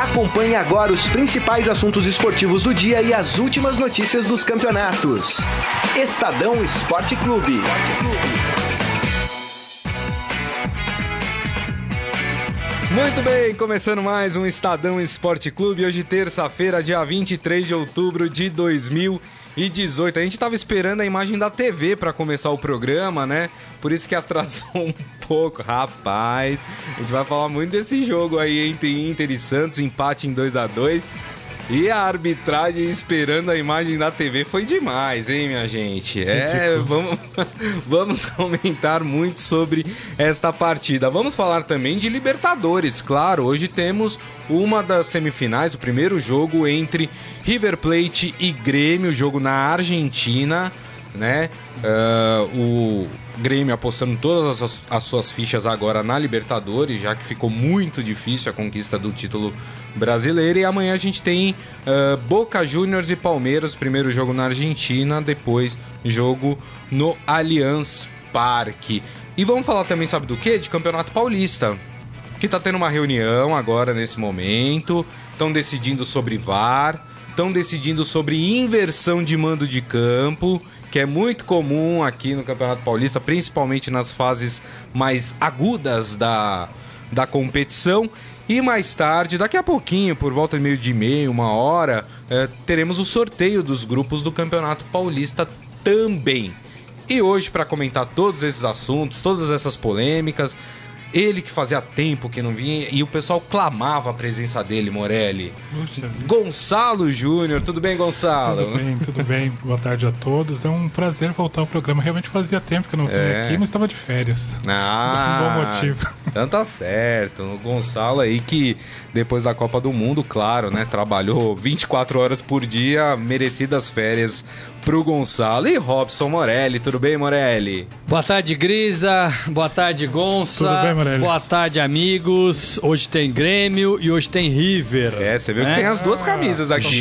Acompanhe agora os principais assuntos esportivos do dia e as últimas notícias dos campeonatos. Estadão Esporte Clube. Muito bem, começando mais um Estadão Esporte Clube. Hoje, terça-feira, dia 23 de outubro de 2018. A gente estava esperando a imagem da TV para começar o programa, né? Por isso que atrasou um pouco. Rapaz, a gente vai falar muito desse jogo aí entre Inter e Santos, empate em 2-2. E a arbitragem esperando a imagem da TV foi demais, hein, minha gente? Vamos comentar muito sobre esta partida. Vamos falar também de Libertadores, claro. Hoje temos uma das semifinais, o primeiro jogo entre River Plate e Grêmio, jogo na Argentina, né? O Grêmio apostando todas as suas fichas agora na Libertadores, já que ficou muito difícil a conquista do título brasileiro. E amanhã a gente tem Boca Juniors e Palmeiras, primeiro jogo na Argentina, depois jogo no Allianz Parque. E vamos falar também, sabe do quê? De Campeonato Paulista, que tá tendo uma reunião agora nesse momento, estão decidindo sobre VAR, estão decidindo sobre inversão de mando de campo, que é muito comum aqui no Campeonato Paulista, principalmente nas fases mais agudas da competição. E mais tarde, daqui a pouquinho, por volta de 12h30, 1h, teremos o sorteio dos grupos do Campeonato Paulista também. E hoje, para comentar todos esses assuntos, todas essas polêmicas, ele que fazia tempo que não vinha e o pessoal clamava a presença dele, Morelli. Gonçalo Júnior, tudo bem, Gonçalo? Tudo bem. Boa tarde a todos. É um prazer voltar ao programa. Realmente fazia tempo que eu não vinha aqui, mas estava de férias. Um bom motivo. Então tá certo. O Gonçalo aí que depois da Copa do Mundo, claro, né, trabalhou 24 horas por dia, merecidas férias pro Gonçalo. E Robson Morelli, tudo bem, Morelli? Boa tarde, Grisa. Boa tarde, Gonça. Tudo bem, Morelli? Boa tarde, amigos. Hoje tem Grêmio e hoje tem River. Você viu que tem as duas camisas aqui,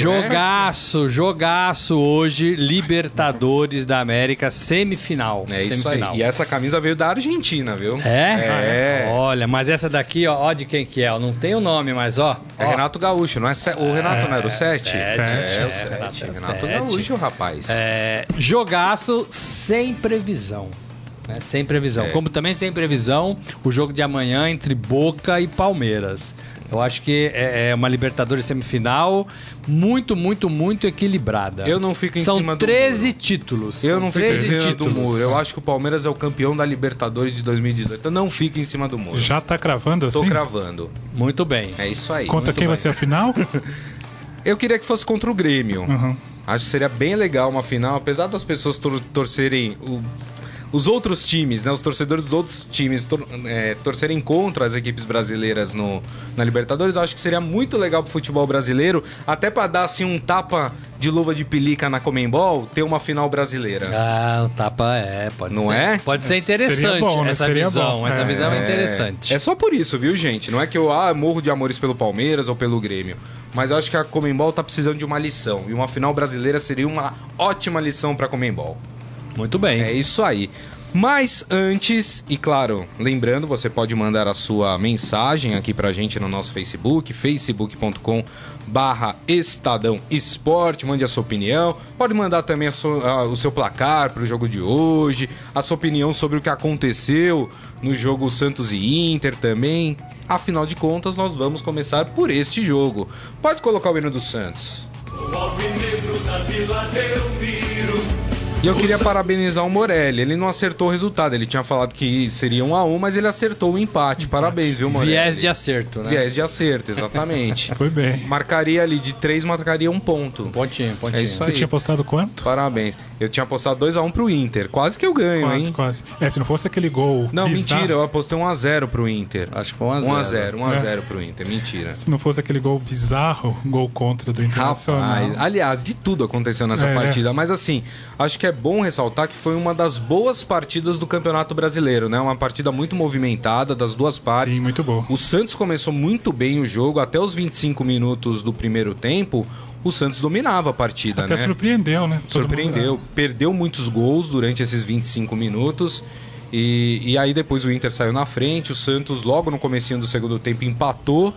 Jogaço hoje, Libertadores da América, semifinal. Isso aí. E essa camisa veio da Argentina, viu? Olha, mas essa daqui, ó de quem que é. Não tem o nome, mas ó. É Renato Gaúcho, não é? O Renato não era o 7? O 7. Renato Gaúcho, rapaz. Jogaço sem previsão. Sem previsão. Como também sem previsão o jogo de amanhã entre Boca e Palmeiras. Eu acho que é uma Libertadores semifinal muito equilibrada. Eu não fico em cima do muro. São 13 títulos. Eu não fico em cima do muro. Eu acho que o Palmeiras é o campeão da Libertadores de 2018. Eu não fico em cima do muro. Já tá cravando assim? Tô cravando. Muito bem. É isso aí. Contra quem vai ser a final? Eu queria que fosse contra o Grêmio. Uhum. Acho que seria bem legal uma final, apesar das pessoas torcerem... Os outros times, né, os torcedores dos outros times torcerem contra as equipes brasileiras na Libertadores, eu acho que seria muito legal pro futebol brasileiro, até pra dar assim um tapa de luva de pelica na Conmebol, ter uma final brasileira. Um tapa pode ser. Não é? Pode ser interessante bom, né? essa visão. Essa visão é interessante. É só por isso, viu, gente? Não é que eu morro de amores pelo Palmeiras ou pelo Grêmio, mas eu acho que a Conmebol tá precisando de uma lição, e uma final brasileira seria uma ótima lição pra Conmebol. Muito bem. É isso aí. Mas antes, e claro, lembrando, você pode mandar a sua mensagem aqui pra gente no nosso Facebook, facebook.com/Estadão Esporte, mande a sua opinião, pode mandar também o seu placar pro jogo de hoje, a sua opinião sobre o que aconteceu no jogo Santos e Inter também. Afinal de contas, nós vamos começar por este jogo. Pode colocar o hino do Santos. O alvinegro da Vila Belmiro. E eu queria parabenizar o Morelli. Ele não acertou o resultado. Ele tinha falado que seria 1-1, mas ele acertou o empate. Parabéns, viu, Morelli? Viés de acerto, né? Viés de acerto, exatamente. Foi bem. Marcaria ali de 3, marcaria 1 ponto. Pontinho. É isso aí. Você tinha apostado quanto? Parabéns. Eu tinha apostado 2-1 pro Inter. Quase que eu ganho, hein? Quase. Se não fosse aquele gol Não, bizarro... mentira. Eu apostei 1-0 pro Inter. Acho que foi 1-0. 1-0 pro Inter. Mentira. Se não fosse aquele gol bizarro, gol contra do Internacional. Rapaz, aliás, de tudo aconteceu nessa partida. Mas assim, acho que é bom ressaltar que foi uma das boas partidas do Campeonato Brasileiro, né? Uma partida muito movimentada das duas partes. Sim, muito boa. O Santos começou muito bem o jogo, até os 25 minutos do primeiro tempo, o Santos dominava a partida, até né? Surpreendeu, né? Surpreendeu. Perdeu muitos gols durante esses 25 minutos. E aí depois o Inter saiu na frente, o Santos logo no comecinho do segundo tempo empatou.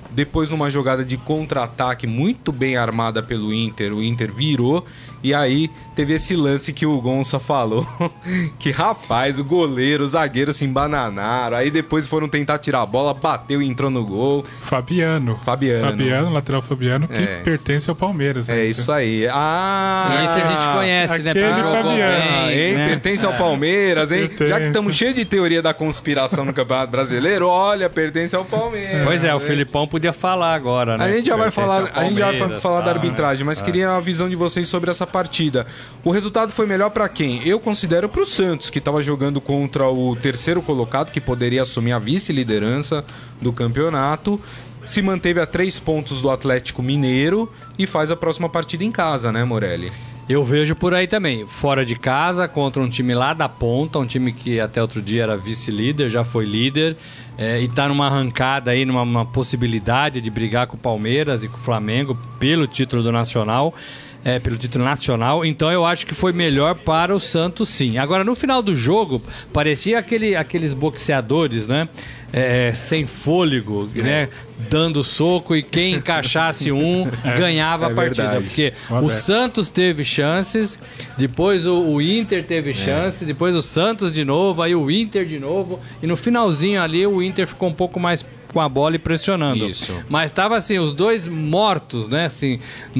depois numa jogada de contra-ataque muito bem armada pelo Inter, o Inter virou, e aí teve esse lance que o Gonça falou, que rapaz, o goleiro, o zagueiro se embananaram, aí depois foram tentar tirar a bola, bateu e entrou no gol. Fabiano, lateral Fabiano, que pertence ao Palmeiras. É isso aí. Esse a gente conhece, né? Fabiano, pertence ao Palmeiras, hein? Pertence. Já que estamos cheios de teoria da conspiração no Campeonato Brasileiro, olha, pertence ao Palmeiras. Pois é, o Filipão podia falar agora, né? A gente já vai falar da arbitragem, mas queria a visão de vocês sobre essa partida. O resultado foi melhor pra quem? Eu considero pro Santos, que estava jogando contra o terceiro colocado, que poderia assumir a vice-liderança do campeonato. Se manteve a 3 pontos do Atlético Mineiro e faz a próxima partida em casa, né, Morelli? Eu vejo por aí também, fora de casa, contra um time lá da ponta, um time que até outro dia era vice-líder, já foi líder, e tá numa arrancada aí, numa possibilidade de brigar com o Palmeiras e com o Flamengo pelo título do Nacional. Pelo título nacional, então eu acho que foi melhor para o Santos, sim. Agora, no final do jogo, parecia aqueles boxeadores, né? Sem fôlego, né? Dando soco, e quem encaixasse ganhava a partida. Verdade. Porque o Santos teve chances, depois o Inter teve chances, depois o Santos de novo, aí o Inter de novo, e no finalzinho ali o Inter ficou um pouco mais com a bola e pressionando. Isso. Mas tava assim, os dois mortos, né? Assim,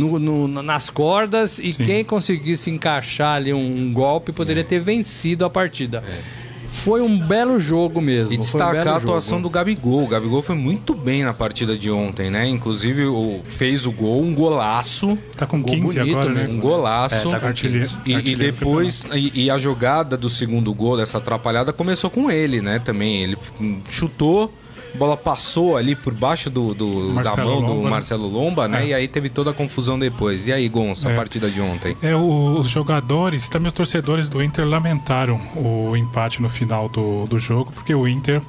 nas cordas, e Sim. quem conseguisse encaixar ali um golpe poderia ter vencido a partida. Foi um belo jogo mesmo. E destacar a atuação do Gabigol. O Gabigol foi muito bem na partida de ontem, né? Inclusive fez o gol, um golaço. Tá com 15 agora, né? Um golaço. Tá com 15. E depois, e a jogada do segundo gol, dessa atrapalhada, começou com ele, né? Também ele chutou, a bola passou ali por baixo da mão do Marcelo Lomba, né? E aí teve toda a confusão depois. E aí, Gonça, a partida de ontem? Os jogadores e também os torcedores do Inter lamentaram o empate no final do jogo, porque o Inter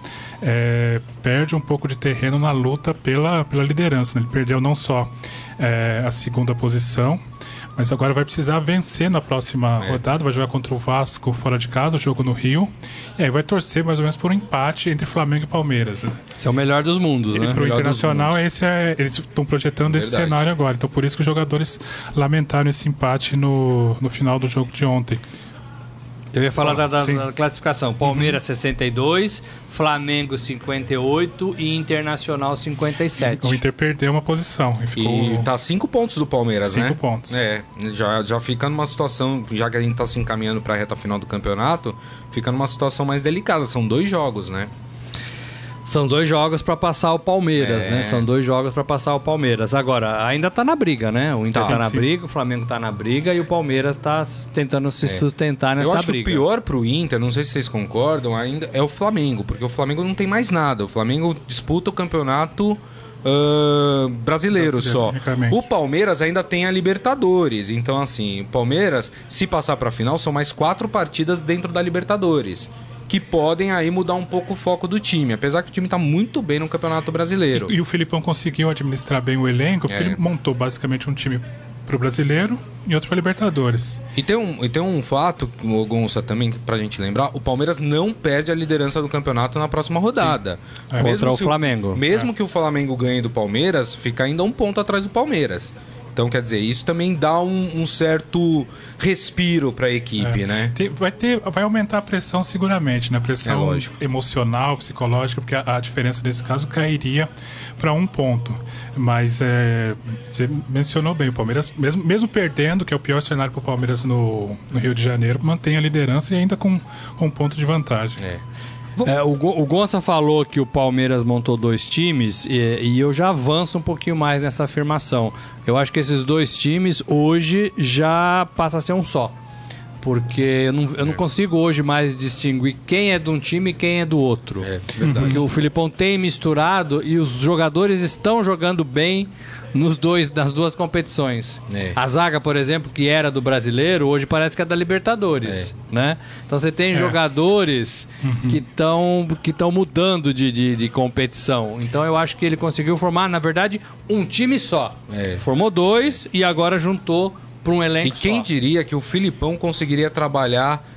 perde um pouco de terreno na luta pela liderança, né? Ele perdeu não só a segunda posição, mas agora vai precisar vencer na próxima rodada. Vai jogar contra o Vasco fora de casa, o jogo no Rio. E aí vai torcer mais ou menos por um empate entre Flamengo e Palmeiras. Esse é o melhor dos mundos, né? Para o Internacional, eles estão projetando esse cenário agora. Então por isso que os jogadores lamentaram esse empate no final do jogo de ontem. Eu ia falar da classificação. Palmeiras 62, Flamengo 58 e Internacional 57. O Inter perdeu uma posição. E tá 5 pontos do Palmeiras, 5 né? 5 pontos. Já fica numa situação, já que a gente tá se encaminhando pra reta final do campeonato, fica numa situação mais delicada. São 2 jogos, né? São 2 jogos para passar o Palmeiras, né? São 2 jogos para passar o Palmeiras. Agora, ainda tá na briga, né? O Inter tá na briga, o Flamengo tá na briga e o Palmeiras tá tentando se sustentar nessa briga. Eu acho que o pior pro Inter, não sei se vocês concordam, ainda é o Flamengo, porque o Flamengo não tem mais nada. O Flamengo disputa o campeonato brasileiro só. O Palmeiras ainda tem a Libertadores. Então, assim, o Palmeiras, se passar pra final, são mais 4 partidas dentro da Libertadores, que podem aí mudar um pouco o foco do time, apesar que o time tá muito bem no Campeonato Brasileiro. E o Filipão conseguiu administrar bem o elenco, porque ele montou basicamente um time pro Brasileiro e outro pra Libertadores. E tem um fato, Gonça, também pra gente lembrar, o Palmeiras não perde a liderança do campeonato na próxima rodada. Contra o Flamengo. Mesmo que o Flamengo ganhe do Palmeiras, fica ainda 1 ponto atrás do Palmeiras. Então, quer dizer, isso também dá um certo respiro para a equipe, né? Vai aumentar a pressão seguramente, né? A pressão emocional, psicológica, porque a diferença nesse caso cairia para 1 ponto. Mas você mencionou bem, o Palmeiras, mesmo perdendo, que é o pior cenário para o Palmeiras no Rio de Janeiro, mantém a liderança e ainda com 1 ponto de vantagem. O Gonça falou que o Palmeiras montou 2 times e eu já avanço um pouquinho mais nessa afirmação. Eu acho que esses 2 times hoje já passa a ser um só. Porque eu não consigo hoje mais distinguir quem é de um time e quem é do outro. Verdade. Porque o Filipão tem misturado e os jogadores estão jogando bem nas 2 competições. A zaga, por exemplo, que era do Brasileiro, hoje parece que é da Libertadores, né? Então você tem jogadores que estão mudando de competição. Então eu acho que ele conseguiu formar, na verdade, um time só. Formou 2 e agora juntou para um elenco só. E quem diria que o Filipão conseguiria trabalhar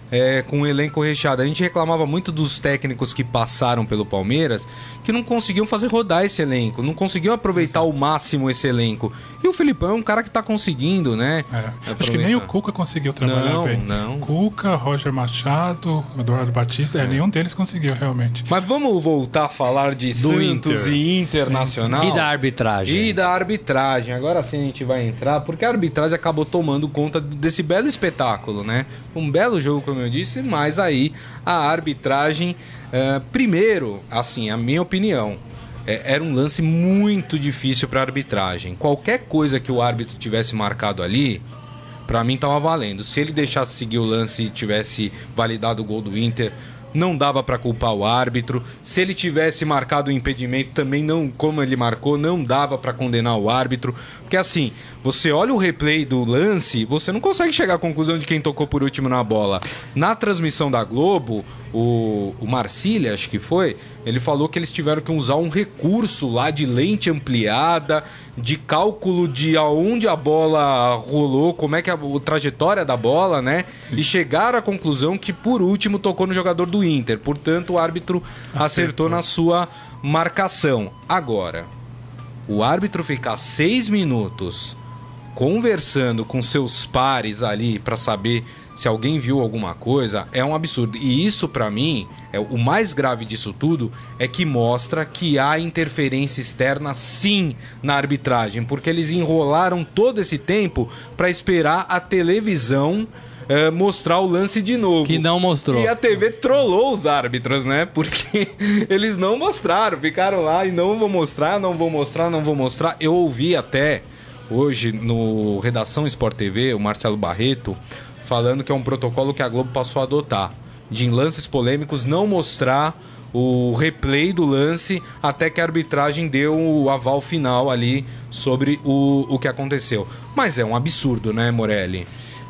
com um elenco recheado. A gente reclamava muito dos técnicos que passaram pelo Palmeiras, que não conseguiam fazer rodar esse elenco, não conseguiam aproveitar ao máximo esse elenco. E o Felipão é um cara que tá conseguindo, né? Acho que nem o Cuca conseguiu trabalhar bem. Não. Cuca, Roger Machado, Eduardo Batista, nenhum deles conseguiu realmente. Mas vamos voltar a falar de Santos e Internacional. E da arbitragem. Agora sim a gente vai entrar, porque a arbitragem acabou tomando conta desse belo espetáculo, né? Um belo jogo, como eu disse, mas aí a arbitragem... primeiro, assim, a minha opinião, era um lance muito difícil para a arbitragem. Qualquer coisa que o árbitro tivesse marcado ali, para mim tava valendo. Se ele deixasse seguir o lance e tivesse validado o gol do Inter, não dava para culpar o árbitro. Se ele tivesse marcado o impedimento, também não, como ele marcou, não dava para condenar o árbitro. Porque assim, você olha o replay do lance, você não consegue chegar à conclusão de quem tocou por último na bola. Na transmissão da Globo, o Marcília, acho que foi, ele falou que eles tiveram que usar um recurso lá de lente ampliada, de cálculo de aonde a bola rolou, como é que a trajetória da bola, né? Sim. E chegaram à conclusão que por último tocou no jogador do Inter. Portanto, o árbitro acertou na sua marcação. Agora, o árbitro ficar 6 minutos conversando com seus pares ali para saber se alguém viu alguma coisa, é um absurdo. E isso, pra mim, o mais grave disso tudo, é que mostra que há interferência externa, sim, na arbitragem. Porque eles enrolaram todo esse tempo para esperar a televisão mostrar o lance de novo. Que não mostrou. E a TV trollou os árbitros, né? Porque eles não mostraram, ficaram lá e não vou mostrar. Eu ouvi até hoje no Redação Sport TV, o Marcelo Barreto, falando que é um protocolo que a Globo passou a adotar, de em lances polêmicos não mostrar o replay do lance até que a arbitragem deu o aval final ali sobre o que aconteceu. Mas é um absurdo, né, Morelli?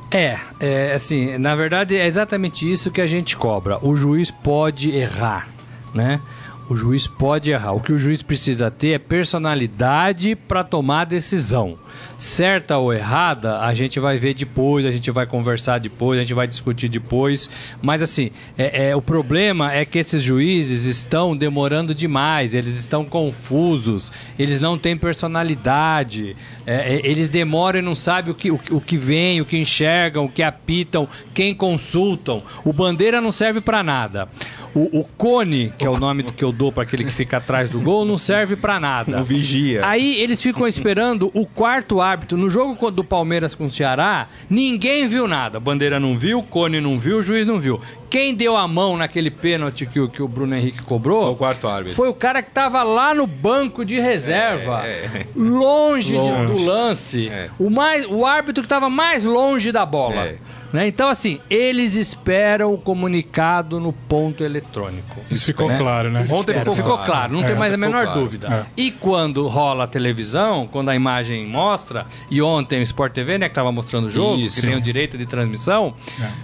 Assim, na verdade é exatamente isso que a gente cobra. O juiz pode errar, né? O juiz pode errar. O que o juiz precisa ter é personalidade para tomar decisão. Certa ou errada, a gente vai ver depois, a gente vai conversar depois, a gente vai discutir depois. Mas assim, o problema é que esses juízes estão demorando demais, eles estão confusos, eles não têm personalidade, eles demoram e não sabem o que vem, o que enxergam, o que apitam, quem consultam. O Bandeira não serve para nada. O cone, que é o nome que eu dou para aquele que fica atrás do gol, não serve para nada. O vigia. Aí eles ficam esperando o quarto árbitro. No jogo do Palmeiras com o Ceará, ninguém viu nada. Bandeira não viu, Cone não viu, o juiz não viu. Quem deu a mão naquele pênalti que o Bruno Henrique cobrou foi o quarto árbitro. Foi o cara que tava lá no banco de reserva, longe do lance. O árbitro que tava mais longe da bola. Né? Então, assim, eles esperam o comunicado no ponto eletrônico. Isso ficou claro, né? Ontem ficou claro, não tem mais a menor dúvida. É. E quando rola a televisão, quando a imagem mostra, e ontem o Sport TV, né, que estava mostrando o jogo, que tem o direito de transmissão,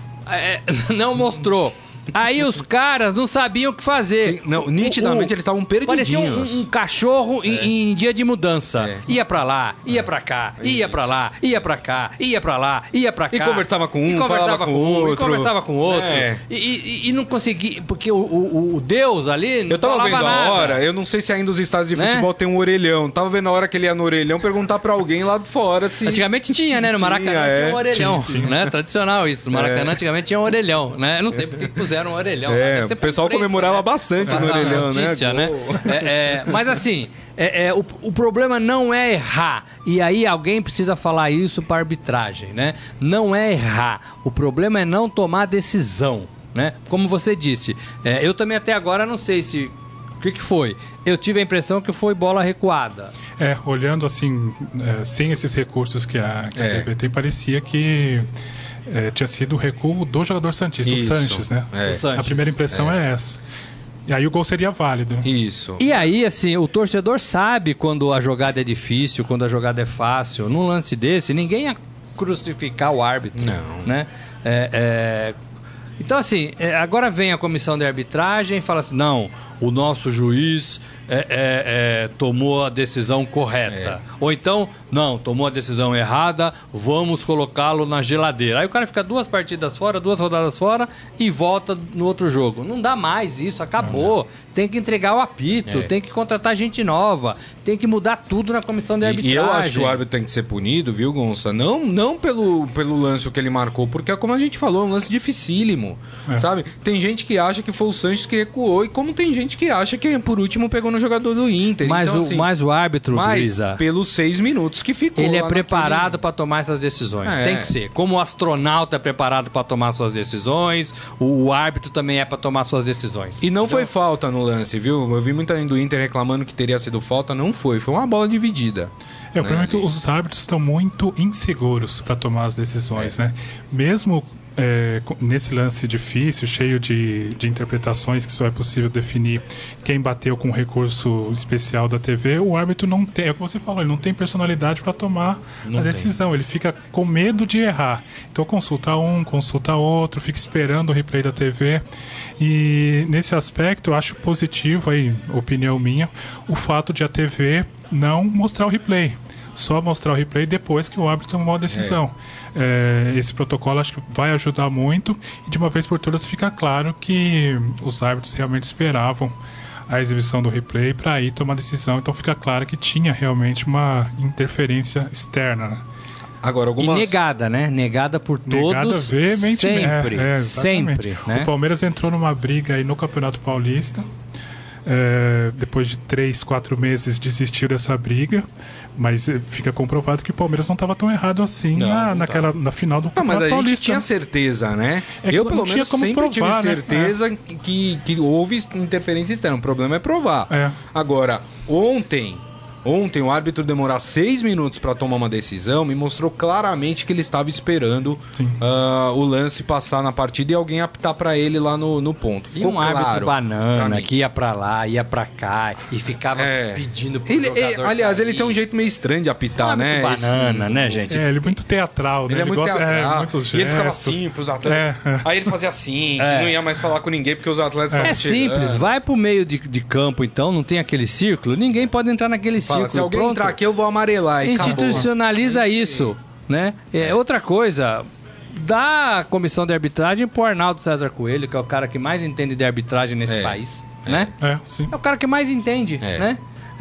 não mostrou. Aí os caras não sabiam o que fazer. Não, nitidamente eles estavam perdidinhos. Parecia um cachorro em dia de mudança. Ia pra lá, ia pra cá, ia pra lá, ia pra cá, ia pra lá, ia pra cá. E conversava com um, falava com outro. E conversava com outro. E não conseguia, porque o Deus ali não falava nada. Eu tava vendo a hora, eu não sei se ainda os estádios de futebol tem um orelhão. Tava vendo a hora que ele ia no orelhão, perguntar pra alguém lá de fora se... Antigamente tinha, né? No Maracanã tinha um orelhão, né? Tradicional isso. No Maracanã antigamente tinha um orelhão, né? Eu não sei porque puseram um orelhão. O pessoal comemorava bastante no orelhão, notícia, né? Mas assim, o problema não é errar. E aí alguém precisa falar isso para arbitragem, né? Não é errar. O problema é não tomar decisão, né? Como você disse, eu também até agora não sei se... O que foi? Eu tive a impressão que foi bola recuada. Olhando assim, sem esses recursos que a TV tem, parecia que... tinha sido o recuo do jogador santista, o Sanches, né? A primeira impressão é essa. E aí o gol seria válido. Isso. E aí, assim, o torcedor sabe quando a jogada é difícil, quando a jogada é fácil. Num lance desse, ninguém ia crucificar o árbitro. Não. Né? Então, assim, agora vem a comissão de arbitragem e fala assim, não, o nosso juiz tomou a decisão correta. Ou então, não, tomou a decisão errada, vamos colocá-lo na geladeira. Aí o cara fica 2 partidas fora, 2 rodadas fora e volta no outro jogo. Não dá mais isso, acabou. Tem que entregar o apito, tem que contratar gente nova, tem que mudar tudo na comissão de arbitragem. E eu acho que o árbitro tem que ser punido, viu, Gonça? Não pelo lance que ele marcou, porque, como a gente falou, é um lance dificílimo, sabe? Tem gente que acha que foi o Sanches que recuou, e como tem gente que acha que, por último, pegou no jogador do Inter. Mas, então, mas o árbitro, Grisa, pelos 6 minutos que ficou. Ele é preparado para tomar essas decisões. Tem que ser. Como o astronauta é preparado para tomar suas decisões, o árbitro também é para tomar suas decisões. E não foi falta no lance, viu? Eu vi muita gente do Inter reclamando que teria sido falta. Não foi uma bola dividida. O problema é que os árbitros estão muito inseguros para tomar as decisões, né? Mesmo nesse lance difícil, cheio de interpretações, que só é possível definir quem bateu com recurso especial da TV, o árbitro não tem, é o que você falou, ele não tem personalidade para tomar a decisão, ele fica com medo de errar. Então consulta um, consulta outro, fica esperando o replay da TV. E nesse aspecto eu acho positivo, aí, opinião minha, o fato de a TV não mostrar o replay. Só mostrar o replay depois que o árbitro tomou a decisão. Esse protocolo acho que vai ajudar muito e de uma vez por todas fica claro que os árbitros realmente esperavam a exibição do replay para aí tomar a decisão. Então fica claro que tinha realmente uma interferência externa, né? Agora, E negada, né? Negada por todos, veementemente. Sempre. Né? O Palmeiras entrou numa briga aí no Campeonato Paulista. Depois de 3, 4 meses desistiu dessa briga, mas fica comprovado que o Palmeiras não estava tão errado assim na final do Campeonato Paulista. Mas a gente tinha certeza, né? Eu pelo menos sempre tive certeza que houve interferência externa. O problema é provar. Agora, ontem o árbitro demorar 6 minutos para tomar uma decisão me mostrou claramente que ele estava esperando o lance passar na partida e alguém apitar para ele lá no ponto. Ficou árbitro banana que ia para lá, ia para cá e ficava pedindo pro jogador aliás, sair. ele tem um jeito meio estranho de apitar, né? Banana, né, gente? Ele é muito teatral, né? Ele é muito teatral. Muitos gestos. E ele ficava assim pros atletas. Aí ele fazia assim, que não ia mais falar com ninguém porque os atletas estavam chegando. Simples, vai pro meio de campo então, não tem aquele círculo, ninguém pode entrar naquele círculo. Se alguém entrar aqui, eu vou amarelar. E institucionaliza isso, né? Outra coisa, da comissão de arbitragem pro Arnaldo César Coelho, que é o cara que mais entende de arbitragem nesse país, né? Sim. É o cara que mais entende, né?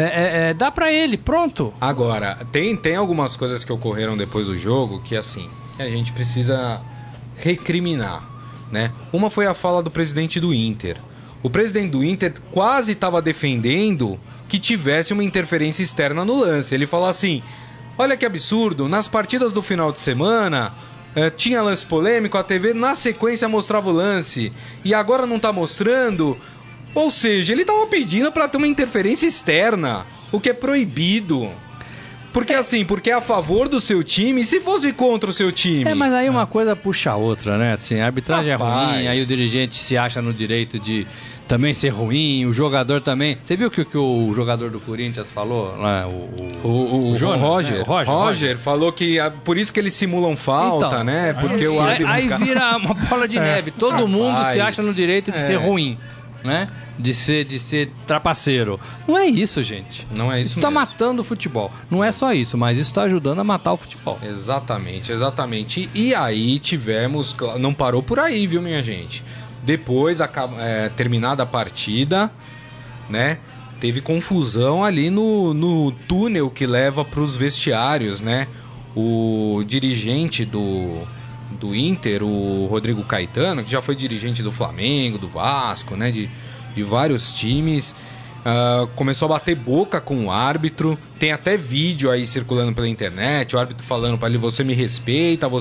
Dá pra ele, pronto. Agora, tem algumas coisas que ocorreram depois do jogo que, assim, a gente precisa recriminar, né? Uma foi a fala do presidente do Inter. O presidente do Inter quase estava defendendo que tivesse uma interferência externa no lance. Ele falou assim, olha que absurdo, nas partidas do final de semana tinha lance polêmico, a TV na sequência mostrava o lance e agora não tá mostrando. Ou seja, ele tava pedindo para ter uma interferência externa, o que é proibido. Porque porque é a favor do seu time, e se fosse contra o seu time? Mas aí uma coisa puxa a outra, né? Assim, a arbitragem é ruim, aí o dirigente se acha no direito de também ser ruim, o jogador também. Você viu que o jogador do Corinthians falou lá, o Roger falou que por isso que eles simulam falta, né? Porque o árbitro... Aí vira uma bola de neve. Todo mundo se acha no direito de ser ruim, né? De ser trapaceiro. Não é isso, gente. Não é isso. Isso tá matando o futebol. Não é só isso, mas isso tá ajudando a matar o futebol. Exatamente. E aí tivemos... Não parou por aí, viu, minha gente? Depois, terminada a partida, né? Teve confusão ali no túnel que leva para os vestiários, né? O dirigente do Inter, o Rodrigo Caetano, que já foi dirigente do Flamengo, do Vasco, né? De vários times, começou a bater boca com o árbitro. Tem até vídeo aí circulando pela internet, o árbitro falando para ele, você me respeita.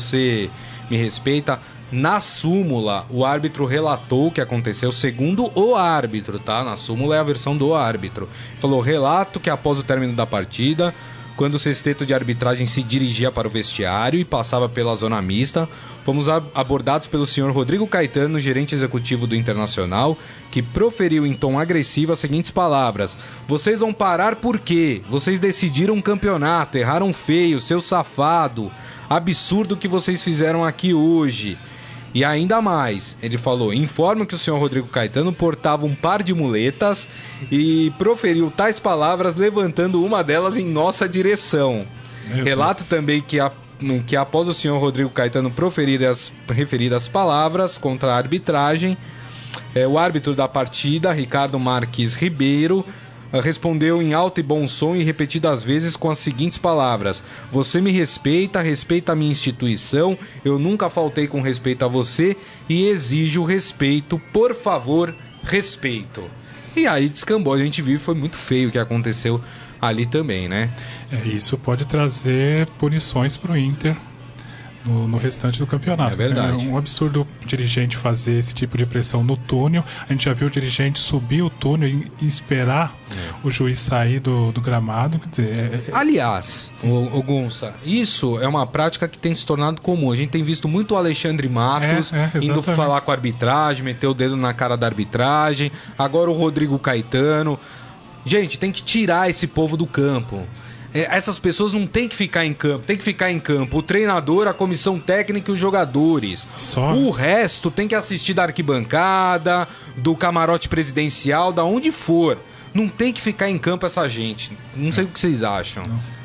Na súmula, o árbitro relatou o que aconteceu, segundo o árbitro, tá? Na súmula é a versão do árbitro. Falou, relato que após o término da partida, quando o sexteto de arbitragem se dirigia para o vestiário e passava pela zona mista, fomos abordados pelo senhor Rodrigo Caetano, gerente executivo do Internacional, que proferiu em tom agressivo as seguintes palavras: vocês vão parar por quê? Vocês decidiram um campeonato, erraram feio, seu safado, absurdo o que vocês fizeram aqui hoje. E ainda mais, ele falou: informo que o senhor Rodrigo Caetano portava um par de muletas e proferiu tais palavras, levantando uma delas em nossa direção. Relato também que após o senhor Rodrigo Caetano proferir as referidas palavras contra a arbitragem, o árbitro da partida, Ricardo Marques Ribeiro, respondeu em alto e bom som e repetidas vezes com as seguintes palavras: você me respeita, respeita a minha instituição, eu nunca faltei com respeito a você e exijo respeito, por favor, respeito. E aí descambou, a gente viu e foi muito feio o que aconteceu ali também, né? Isso pode trazer punições para o Inter no restante do campeonato. É verdade. É um absurdo o dirigente fazer esse tipo de pressão no túnel. A gente já viu o dirigente subir o túnel e esperar o juiz sair do gramado. Quer dizer, aliás, o Gonça, isso é uma prática que tem se tornado comum. A gente tem visto muito o Alexandre Matos indo falar com a arbitragem, meter o dedo na cara da arbitragem. Agora o Rodrigo Caetano. Gente, tem que tirar esse povo do campo. Essas pessoas não tem que ficar em campo, tem que ficar em campo o treinador, a comissão técnica e os jogadores. Só. O resto tem que assistir da arquibancada, do camarote presidencial, da onde for. Não tem que ficar em campo essa gente. Não sei o que vocês acham.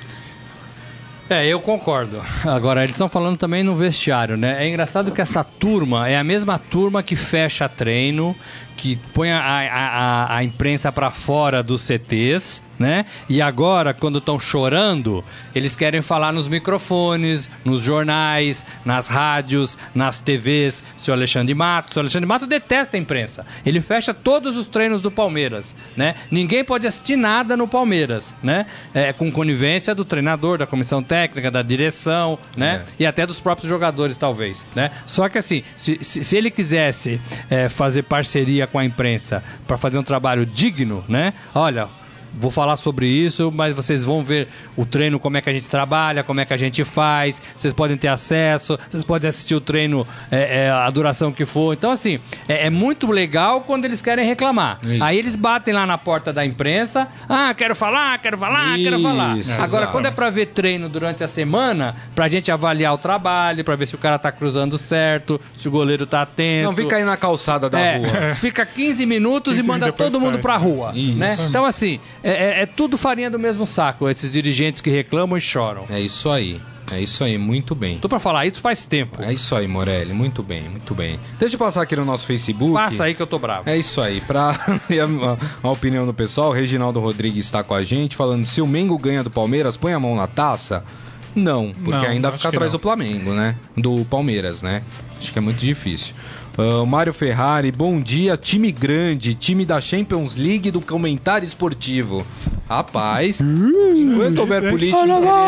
Eu concordo. Agora, eles estão falando também no vestiário, né? É engraçado que essa turma é a mesma turma que fecha treino, que põe a imprensa para fora dos CTs, né? E agora, quando estão chorando, eles querem falar nos microfones, nos jornais, nas rádios, nas TVs. O Alexandre Matos detesta a imprensa. Ele fecha todos os treinos do Palmeiras, né? Ninguém pode assistir nada no Palmeiras, né? Com conivência do treinador, da comissão técnica, da direção, né? E até dos próprios jogadores, talvez, né? Só que assim, se ele quisesse fazer parceria com a imprensa para fazer um trabalho digno, né? Olha, vou falar sobre isso, mas vocês vão ver o treino, como é que a gente trabalha, como é que a gente faz, vocês podem ter acesso, vocês podem assistir o treino a duração que for. Então, assim, é muito legal quando eles querem reclamar. Isso. Aí eles batem lá na porta da imprensa, quero falar. Agora, quando é pra ver treino durante a semana, pra gente avaliar o trabalho, pra ver se o cara tá cruzando certo, se o goleiro tá atento. Não fica aí na calçada da rua. Fica 15 minutos 15 e manda todo mundo pra rua. Né? Então, assim, é tudo farinha do mesmo saco, esses dirigentes que reclamam e choram. É isso aí, muito bem. Tô pra falar isso faz tempo. É isso aí, Morelli, muito bem. Deixa eu passar aqui no nosso Facebook. Passa aí que eu tô bravo. É isso aí, pra a opinião do pessoal, o Reginaldo Rodrigues está com a gente, falando: se o Mengo ganha do Palmeiras, põe a mão na taça? Não, porque ainda fica atrás do Flamengo, né? Do Palmeiras, né? Acho que é muito difícil. Mário Ferrari, bom dia, time grande, time da Champions League do comentário esportivo. Rapaz, enquanto houver política...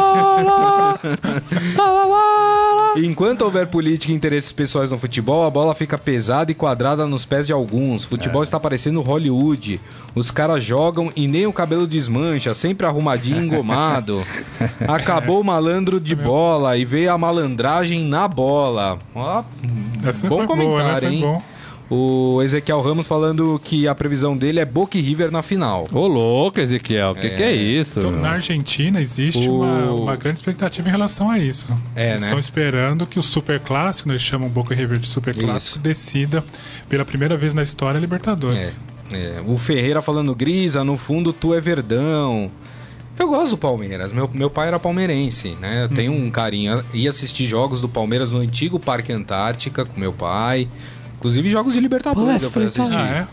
Enquanto houver política e interesses pessoais no futebol, a bola fica pesada e quadrada nos pés de alguns. Futebol está parecendo Hollywood. Os caras jogam e nem o cabelo desmancha, sempre arrumadinho e engomado. Acabou o malandro de bola e veio a malandragem na bola. Ó, bom comentário, hein? Bom. O Ezequiel Ramos falando que a previsão dele é Boca e River na final. Ô, louco, Ezequiel, o que é isso? Então, na Argentina existe uma grande expectativa em relação a isso. Eles estão esperando que o Superclássico, eles chamam Boca e River de Superclássico, decida pela primeira vez na história a Libertadores. O Ferreira falando: Grisa, no fundo tu é Verdão. Eu gosto do Palmeiras, meu pai era palmeirense, né? Eu tenho um carinho, ia assistir jogos do Palmeiras no antigo Parque Antártica com meu pai. Inclusive jogos de Libertadores eu fui assistir.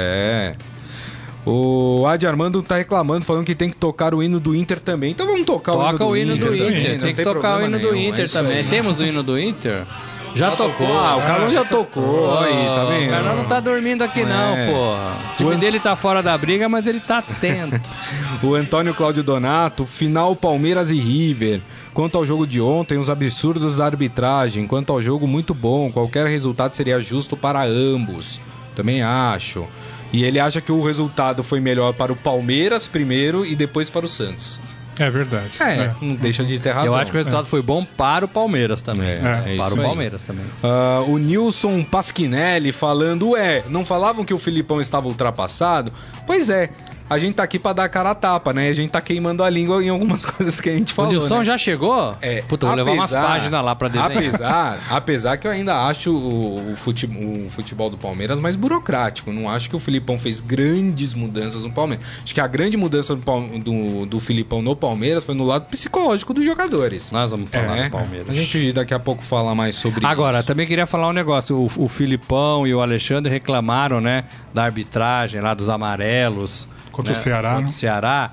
O Adi Armando tá reclamando, falando que tem que tocar o hino do Inter também. Então vamos tocar o hino do Inter. Tem que tocar o hino do Inter também. Temos o hino do Inter? Já tocou. O Carlão já tocou. Aí, tá vendo? O Carlão não tá dormindo aqui não, porra. O time dele tá fora da briga, mas ele tá atento. O Antônio Cláudio Donato, final Palmeiras e River. Quanto ao jogo de ontem, os absurdos da arbitragem. Quanto ao jogo, muito bom. Qualquer resultado seria justo para ambos. Também acho. E ele acha que o resultado foi melhor para o Palmeiras primeiro e depois para o Santos. É verdade. Não deixa de ter razão. Eu acho que o resultado foi bom para o Palmeiras também. Para o Palmeiras também. O Nilson Pasquinelli falando: não falavam que o Filipão estava ultrapassado? Pois é. a gente tá aqui pra dar a cara a tapa, né? A gente tá queimando a língua em algumas coisas que a gente falou, O Nilson né? já chegou? Puta, vou levar umas páginas lá pra desenhar. Apesar que eu ainda acho o futebol do Palmeiras mais burocrático. Não acho que o Filipão fez grandes mudanças no Palmeiras. Acho que a grande mudança do Filipão no Palmeiras foi no lado psicológico dos jogadores. Nós vamos falar do Palmeiras. A gente daqui a pouco fala mais sobre Agora, isso. também queria falar um negócio. O Filipão e o Alexandre reclamaram, né, da arbitragem lá dos amarelos. Contra o Ceará, Contra né? o Ceará.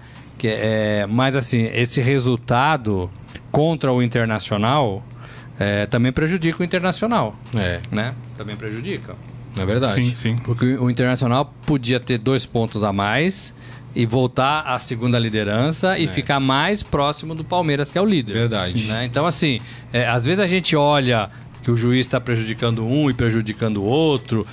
Mas, assim, esse resultado contra o Internacional também prejudica o Internacional. Né? Também prejudica. É verdade. Sim, sim. Porque o Internacional podia ter 2 pontos a mais e voltar à segunda liderança e ficar mais próximo do Palmeiras, que é o líder. Verdade. Né? Então, assim, às vezes a gente olha que o juiz está prejudicando um e prejudicando o outro,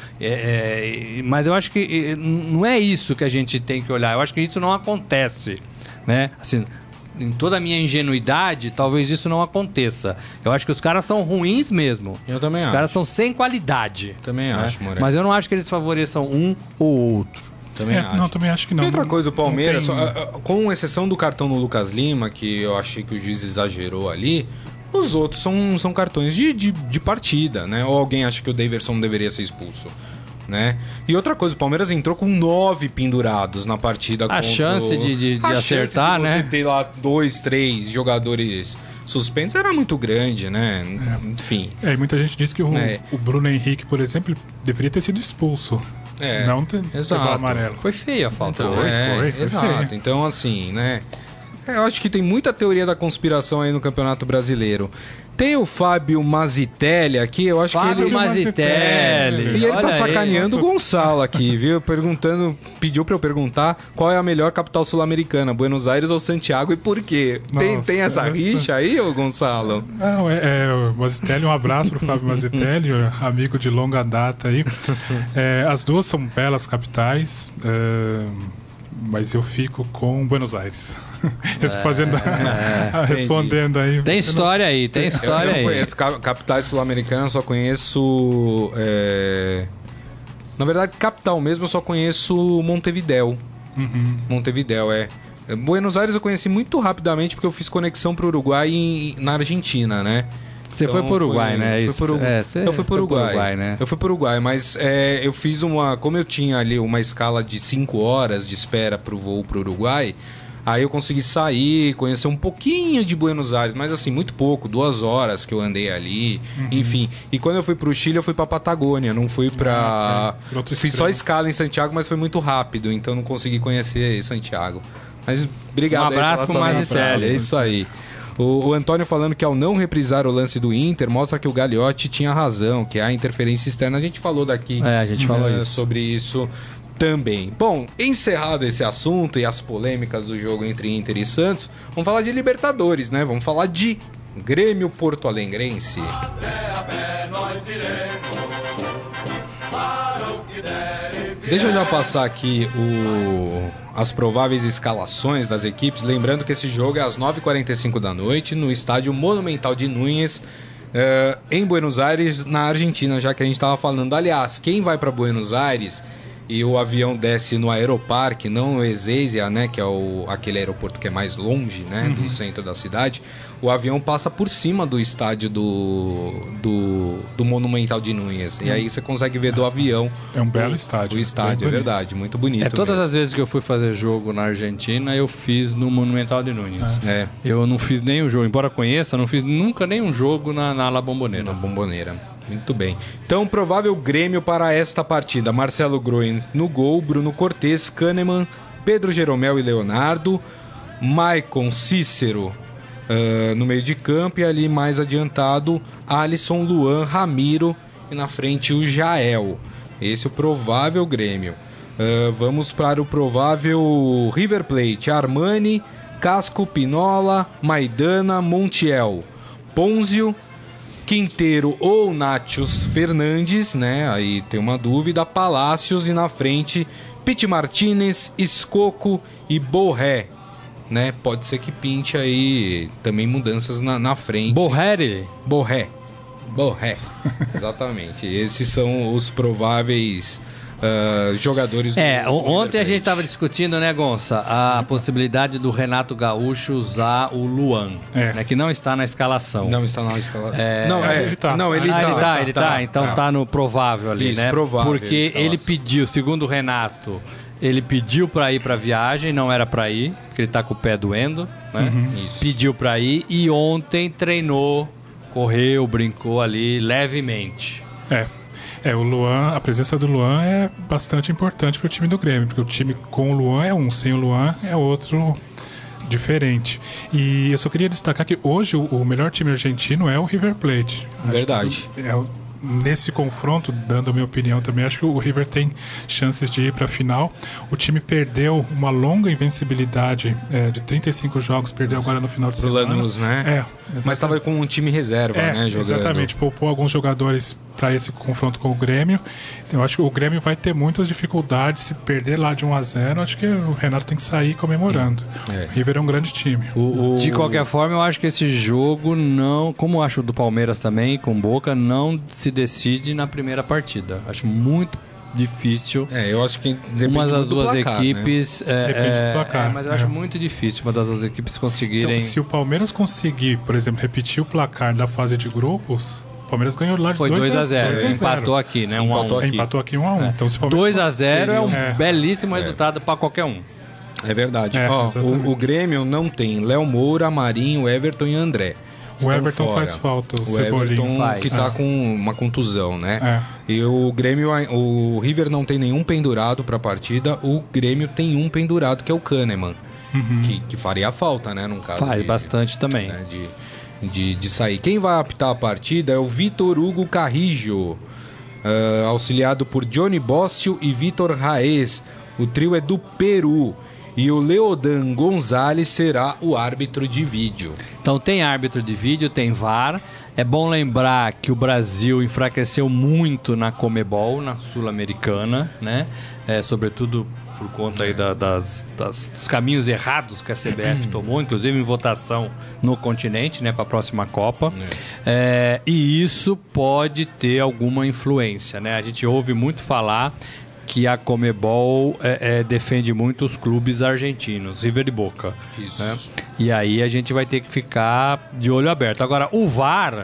mas eu acho que não é isso que a gente tem que olhar. Eu acho que isso não acontece, né? Assim, em toda a minha ingenuidade, talvez isso não aconteça. Eu acho que os caras são ruins mesmo. Eu também acho. Os caras são sem qualidade. Também né? acho, Moreira. Mas eu não acho que eles favoreçam um ou outro. Também acho. Não, também acho que não. E outra coisa, o Palmeiras, Não tem- com exceção do cartão no Lucas Lima, que eu achei que o juiz exagerou ali, os outros são cartões de partida, né? Ou alguém acha que o Daverson não deveria ser expulso, né? E outra coisa, o Palmeiras entrou com 9 pendurados na partida A chance de A acertar, chance de né? você ter lá 2, 3 jogadores suspensos era muito grande, né? Enfim. E muita gente diz que o Bruno Henrique, por exemplo, deveria ter sido expulso. Não ter exato. levado amarelo. Foi feia a falta. Então, Foi exato. feio. Então, assim, né? Eu acho que tem muita teoria da conspiração aí no Campeonato Brasileiro. Tem o Fábio Mazitelli aqui, eu acho Fábio que ele... Mazitelli. E ele tá Olha aí. sacaneando o Gonçalo aqui, viu? Pediu pra eu perguntar qual é a melhor capital sul-americana, Buenos Aires ou Santiago e por quê? Nossa, Tem essa essa- rixa aí, ô Gonçalo? Não, o Mazitelli, um abraço pro Fábio Mazitelli, amigo de longa data aí. As duas são belas capitais, mas eu fico com Buenos Aires. Respondendo aí. Tem história aí, tem Eu história não aí. conheço capitais sul-americanas, só conheço... Na verdade, capital mesmo, eu só conheço Montevidéu. Montevidéu, Buenos Aires eu conheci muito rapidamente porque eu fiz conexão pro Uruguai na Argentina, né? Você foi pro Uruguai, né? Eu fui pro Uruguai, né? Eu fui pro Uruguai, mas eu fiz como eu tinha ali uma escala de 5 horas de espera pro voo pro Uruguai, aí eu consegui sair, conhecer um pouquinho de Buenos Aires, mas assim, muito pouco, 2 horas que eu andei ali, enfim. E quando eu fui pro Chile, eu fui pra Patagônia, não fui pra... Fiz só escala em Santiago, mas foi muito rápido, então não consegui conhecer Santiago. Mas obrigado Um abraço aí pro pela sua Mazitelli. mensagem. É isso aí. O Antônio falando que ao não reprisar o lance do Inter, mostra que o Gagliotti tinha razão, que há interferência externa. A gente falou daqui A gente falou isso. sobre isso também. Bom, encerrado esse assunto e as polêmicas do jogo entre Inter e Santos, vamos falar de Libertadores, né? Vamos falar de Grêmio Porto Alegrense. Deixa eu já passar aqui as prováveis escalações das equipes. Lembrando que esse jogo é às 9h45 da noite no estádio Monumental de Núñez, em Buenos Aires, na Argentina, já que a gente estava falando. Aliás, quem vai para Buenos Aires e o avião desce no Aeroparque, não no Ezeiza, né, que é aquele aeroporto que é mais longe, né, do centro da cidade, o avião passa por cima do estádio do Monumental de Núñez. E aí você consegue ver do avião. É um belo estádio. O estádio, é verdade, muito bonito. Todas mesmo. as vezes que eu fui fazer jogo na Argentina, eu fiz no Monumental de Núñez. Eu não fiz nenhum jogo, embora conheça, não fiz nunca nenhum jogo na La Bombonera. Na Bombonera. Muito bem. Então, provável Grêmio para esta partida. Marcelo Groen no gol, Bruno Cortes, Kahneman, Pedro Jeromel e Leonardo, Maicon, Cícero no meio de campo e ali mais adiantado, Alisson, Luan, Ramiro e na frente o Jael. Esse é o provável Grêmio. Vamos para o provável River Plate. Armani, Casco, Pinola, Maidana, Montiel, Ponzio, Quinteiro ou Nátios Fernandes, né? Aí tem uma dúvida. Palácios e na frente Piti Martínez, Escoco e Borré, né? Pode ser que pinte aí também mudanças na frente. Borré. Exatamente. Esses são os prováveis jogadores do ontem a gente estava discutindo, né, Gonça, a possibilidade do Renato Gaúcho usar o Luan, né, que não está na escalação. Não está na escalação. Ele tá. Não, ele tá. Então tá no provável ali, Isso, né? provável, porque ele pediu, segundo o Renato, ele pediu para ir para viagem, não era para ir, porque ele tá com o pé doendo, né? Pediu para ir e ontem treinou, correu, brincou ali levemente. O Luan, a presença do Luan é bastante importante para o time do Grêmio, porque o time com o Luan é um, sem o Luan é outro diferente. E eu só queria destacar que hoje o melhor time argentino é o River Plate. Verdade. Nesse confronto, dando a minha opinião também, acho que o River tem chances de ir para a final. O time perdeu uma longa invencibilidade de 35 jogos, perdeu agora no final de semana. Lanús, né? Mas estava com um time reserva, né? Jogando. Exatamente, poupou alguns jogadores para esse confronto com o Grêmio. Então, eu acho que o Grêmio vai ter muitas dificuldades. Se perder lá de 1-0, acho que o Renato tem que sair comemorando. O River é um grande time. De qualquer forma, eu acho que esse jogo não, como eu acho do Palmeiras também, com Boca, não se decide na primeira partida. Acho muito difícil. Eu acho que uma das duas placar, equipes. Né? Depende do placar. Mas eu acho muito difícil uma das duas equipes conseguirem. Então, se o Palmeiras conseguir, por exemplo, repetir o placar da fase de grupos, o Palmeiras ganhou lá de 2-0. Empatou aqui, né? 1-1. Empatou aqui 1-1. Então, se o Palmeiras 2-0 é um belíssimo resultado para qualquer um. É verdade. O Grêmio não tem Léo Moura, Marinho, Everton e André. O Everton fora. Faz falta, o Cebolinha. Everton que tá com uma contusão, né? E o Grêmio, o River não tem nenhum pendurado pra partida, o Grêmio tem um pendurado, que é o Kahneman, que faria falta, né? Num caso faz bastante também. Né, de sair. Quem vai apitar a partida é o Vitor Hugo Carrijo, auxiliado por Johnny Bócio e Vitor Raez. O trio é do Peru. E o Leodan Gonzalez será o árbitro de vídeo. Então tem árbitro de vídeo, tem VAR. É bom lembrar que o Brasil enfraqueceu muito na Comebol, na Sul-Americana, né? Sobretudo por conta aí dos caminhos errados que a CBF tomou, inclusive em votação no continente, né, para a próxima Copa. E isso pode ter alguma influência, né? A gente ouve muito falar que a Comebol defende muito os clubes argentinos, River e Boca. Isso. Né? E aí a gente vai ter que ficar de olho aberto. Agora, o VAR,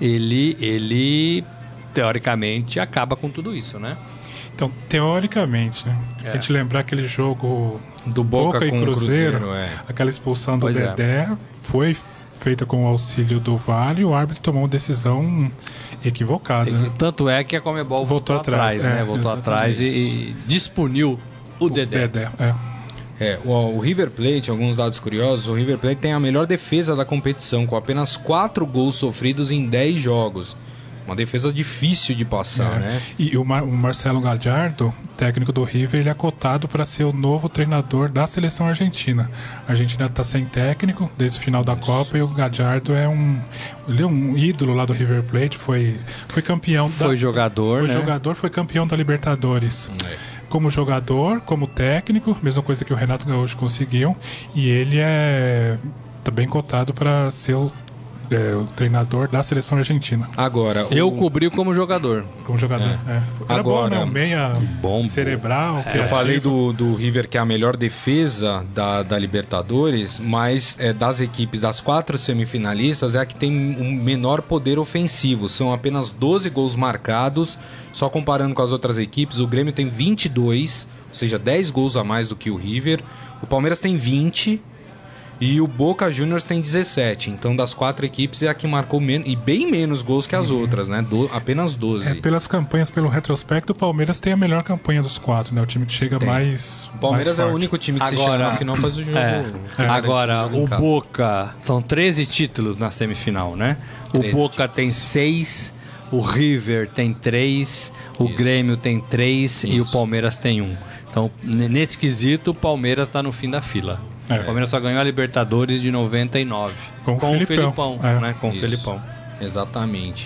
ele teoricamente acaba com tudo isso, né? Então, teoricamente, né? A gente lembrar aquele jogo do Boca e com Cruzeiro, aquela expulsão do Dedé foi feita com o auxílio do VAR e o árbitro tomou uma decisão equivocada. Tanto é que a Comebol voltou atrás, né? Voltou atrás e dispuniu o Dedé. O River Plate, alguns dados curiosos, o River Plate tem a melhor defesa da competição, com apenas 4 gols sofridos em 10 jogos. Uma defesa difícil de passar, né? E o Marcelo Gallardo, técnico do River, ele é cotado para ser o novo treinador da seleção argentina. A Argentina está sem técnico desde o final da Copa e o Gallardo ele é um ídolo lá do River Plate, foi campeão. Foi jogador, foi campeão da Libertadores. Como jogador, como técnico, mesma coisa que o Renato Gaúcho conseguiu. E ele tá bem cotado para ser o treinador da seleção argentina. Agora, eu cobri como jogador. Era agora, bom, né? Um meia cerebral. Eu falei do River, que é a melhor defesa da Libertadores, mas das equipes, das 4 semifinalistas, é a que tem um menor poder ofensivo. São apenas 12 gols marcados. Só comparando com as outras equipes, o Grêmio tem 22, ou seja, 10 gols a mais do que o River. O Palmeiras tem 20 e o Boca Juniors tem 17. Então, das 4 equipes, é a que marcou e bem menos gols que as outras, né? Apenas 12. Pelas campanhas, pelo retrospecto, o Palmeiras tem a melhor campanha dos 4, né? O time que chega mais. O Palmeiras mais é o único time que se chega na final faz o jogo. Agora, o Boca são 13 títulos na semifinal, né? O Boca tem 6. O River tem 3, o Grêmio tem 3 e o Palmeiras tem 1. Então, nesse quesito, o Palmeiras está no fim da fila. O Palmeiras só ganhou a Libertadores de 99. Com o Felipão. Né? Com o Felipão. Exatamente.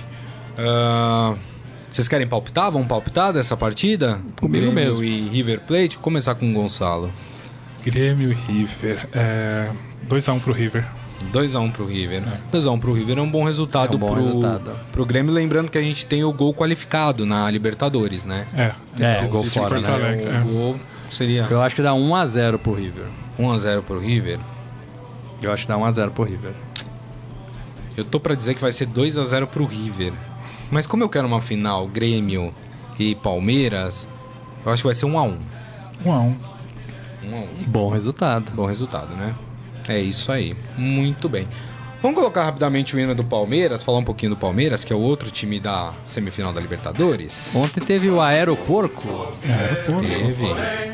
Vocês querem palpitar? Vamos palpitar dessa partida? Comigo Grêmio mesmo. E River Plate? Vou começar com o Gonçalo. Grêmio e River. 2-1 pro River. 2x1 pro River. 2x1 pro River é um bom resultado, pro Grêmio, lembrando que a gente tem o gol qualificado na Libertadores, né? Gol fora, né? O gol seria... Eu acho que dá 1x0 pro River. 1x0 pro River? Eu acho que dá 1x0 pro River. Eu tô pra dizer que vai ser 2x0 pro River. Mas como eu quero uma final Grêmio e Palmeiras, eu acho que vai ser 1x1. 1x1. Bom resultado. Bom resultado, né? É isso aí. Muito bem. Vamos colocar rapidamente o hino do Palmeiras, falar um pouquinho do Palmeiras, que é o outro time da semifinal da Libertadores. Ontem teve o Aeroporco. Teve.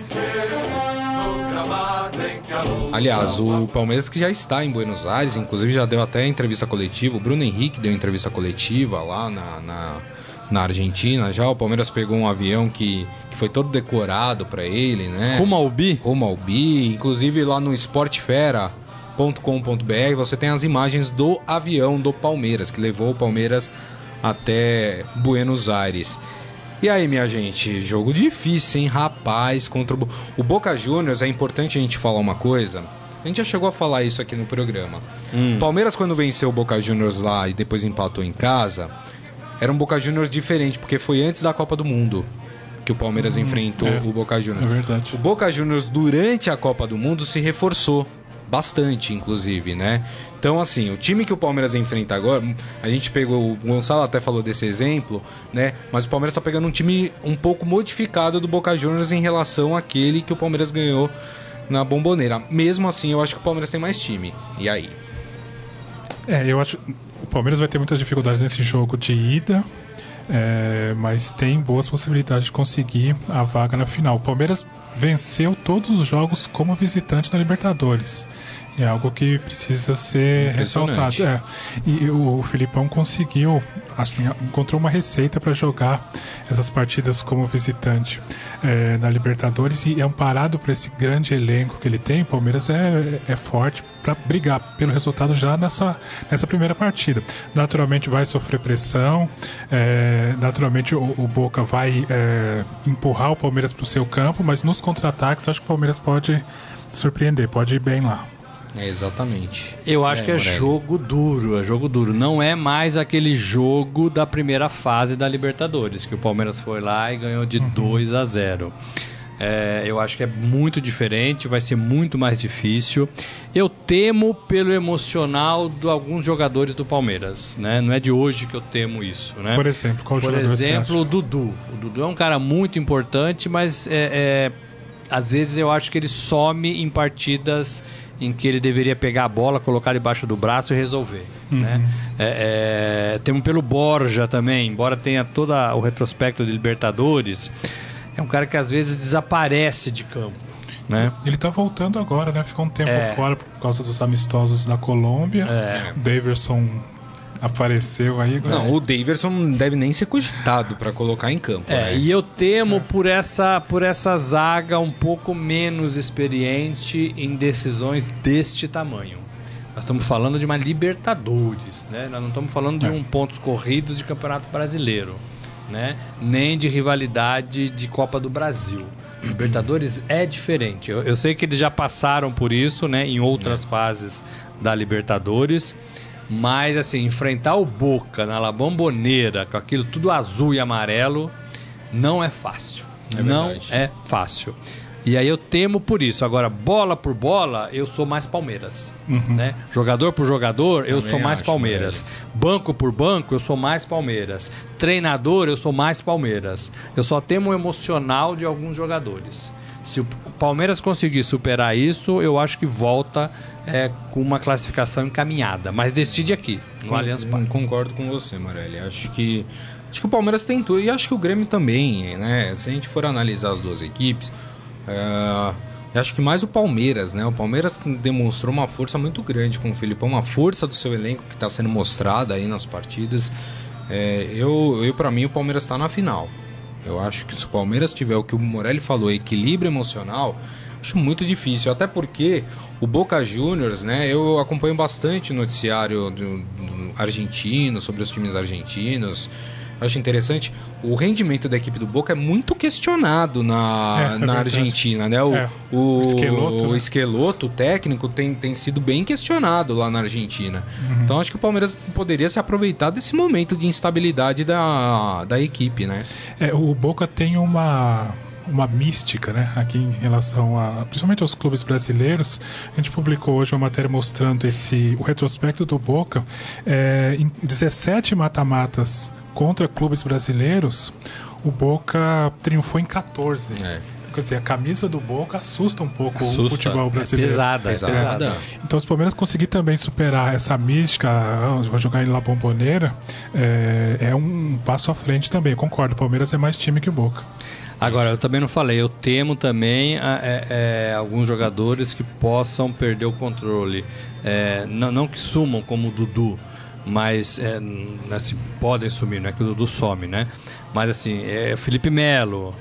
Aliás, o Palmeiras que já está em Buenos Aires, inclusive já deu até entrevista coletiva. O Bruno Henrique deu entrevista coletiva lá na Argentina. Já o Palmeiras pegou um avião que foi todo decorado para ele, né? Rumo ao Bi. Inclusive lá no esportefera.com.br você tem as imagens do avião do Palmeiras, que levou o Palmeiras até Buenos Aires. E aí, minha gente, jogo difícil, hein, rapaz, contra o Boca Juniors. É importante a gente falar uma coisa. A gente já chegou a falar isso aqui no programa. O Palmeiras, quando venceu o Boca Juniors lá e depois empatou em casa, era um Boca Juniors diferente, porque foi antes da Copa do Mundo que o Palmeiras enfrentou o Boca Juniors. É verdade. O Boca Juniors, durante a Copa do Mundo, se reforçou bastante, inclusive, né? Então, assim, o time que o Palmeiras enfrenta agora, a gente pegou, o Gonçalo até falou desse exemplo, né? Mas o Palmeiras tá pegando um time um pouco modificado do Boca Juniors em relação àquele que o Palmeiras ganhou na Bombonera. Mesmo assim, eu acho que o Palmeiras tem mais time. E aí? Eu acho que o Palmeiras vai ter muitas dificuldades nesse jogo de ida, mas tem boas possibilidades de conseguir a vaga na final. O Palmeiras venceu todos os jogos como visitante na Libertadores. É algo que precisa ser ressaltado. E o Filipão conseguiu, assim, encontrou uma receita para jogar essas partidas como visitante na Libertadores, e amparado por esse grande elenco que ele tem, o Palmeiras é forte para brigar pelo resultado já nessa primeira partida. Naturalmente vai sofrer pressão, naturalmente o Boca vai empurrar o Palmeiras para o seu campo, mas nos contra-ataques acho que o Palmeiras pode surpreender, pode ir bem lá. Exatamente. Eu acho que é jogo duro. Não é mais aquele jogo da primeira fase da Libertadores, que o Palmeiras foi lá e ganhou de 2-0. Eu acho que é muito diferente, vai ser muito mais difícil. Eu temo pelo emocional de alguns jogadores do Palmeiras, né? Não é de hoje que eu temo isso, né? Por exemplo, qual jogador você acha? Por exemplo, o Dudu. O Dudu é um cara muito importante, mas às vezes eu acho que ele some em partidas em que ele deveria pegar a bola, colocar debaixo do braço e resolver, né? Temos pelo Borja também, embora tenha todo o retrospecto de Libertadores, é um cara que às vezes desaparece de campo, né? Ele tá voltando agora, né? Ficou um tempo fora por causa dos amistosos da Colômbia. O Daverson apareceu aí. Não, o Daverson não deve nem ser cogitado para colocar em campo. E eu temo por essa zaga um pouco menos experiente em decisões deste tamanho. Nós estamos falando de uma Libertadores, né? Nós não estamos falando de pontos corridos de Campeonato Brasileiro, né? Nem de rivalidade de Copa do Brasil. Libertadores é diferente. Eu sei que eles já passaram por isso, né? Em outras fases da Libertadores. Mas, assim, enfrentar o Boca na La Bombonera, com aquilo tudo azul e amarelo, não é fácil. Não é fácil. E aí eu temo por isso. Agora, bola por bola, eu sou mais Palmeiras. Né? Jogador por jogador, eu sou mais Palmeiras. Banco por banco, eu sou mais Palmeiras. Treinador, eu sou mais Palmeiras. Eu só temo o emocional de alguns jogadores. Se o Palmeiras conseguir superar isso, eu acho que volta com uma classificação encaminhada. Mas decide aqui, no Allianz Parque. Concordo com você, Morelli. Acho que o Palmeiras tem tudo. E acho que o Grêmio também, né? Se a gente for analisar as duas equipes, eu acho que mais o Palmeiras, né? O Palmeiras demonstrou uma força muito grande com o Filipão, uma força do seu elenco que está sendo mostrada aí nas partidas. Para mim, o Palmeiras está na final. Eu acho que se o Palmeiras tiver o que o Morelli falou, equilíbrio emocional, acho muito difícil. Até porque o Boca Juniors, né? Eu acompanho bastante o noticiário do argentino, sobre os times argentinos. eu acho interessante, o rendimento da equipe do Boca é muito questionado na Argentina, né? O Schelotto, o técnico, tem sido bem questionado lá na Argentina. Então acho que o Palmeiras poderia se aproveitar desse momento de instabilidade da equipe, né? O Boca tem uma mística, né, aqui em relação principalmente aos clubes brasileiros. A gente publicou hoje uma matéria mostrando o retrospecto do Boca em 17 mata-matas contra clubes brasileiros. O Boca triunfou em 14. Quer dizer, a camisa do Boca assusta um pouco o futebol brasileiro. Pesada. Então, se o Palmeiras conseguir também superar essa mística, vou jogar em La Bombonera, é um passo à frente também. Eu concordo, o Palmeiras é mais time que o Boca. Agora, eu também não falei, eu temo também alguns jogadores que possam perder o controle. Não que sumam como o Dudu, mas assim, podem sumir, não é que o Dudu some, né? Mas assim, Felipe Melo,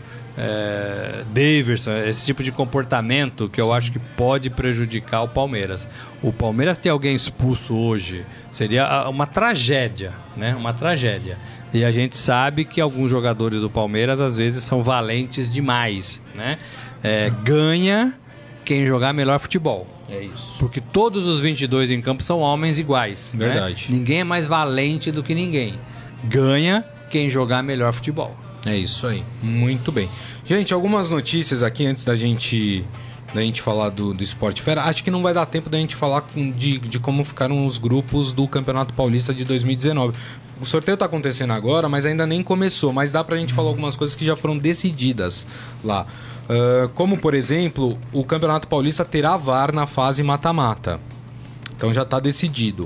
Daverson, esse tipo de comportamento que eu acho que pode prejudicar o Palmeiras. O Palmeiras ter alguém expulso hoje seria uma tragédia, né? Uma tragédia. E a gente sabe que alguns jogadores do Palmeiras às vezes são valentes demais, né? Ganha quem jogar melhor futebol. É isso. Porque todos os 22 em campo são homens iguais. Verdade. Né? Ninguém é mais valente do que ninguém. Ganha quem jogar melhor futebol. É isso aí. Muito bem. Gente, algumas notícias aqui antes da gente falar do Sport Fera. Acho que não vai dar tempo da gente falar de como ficaram os grupos do Campeonato Paulista de 2019. O sorteio está acontecendo agora, mas ainda nem começou. Mas dá pra gente falar algumas coisas que já foram decididas lá. Como, por exemplo, o Campeonato Paulista terá VAR na fase mata-mata. Então já está decidido.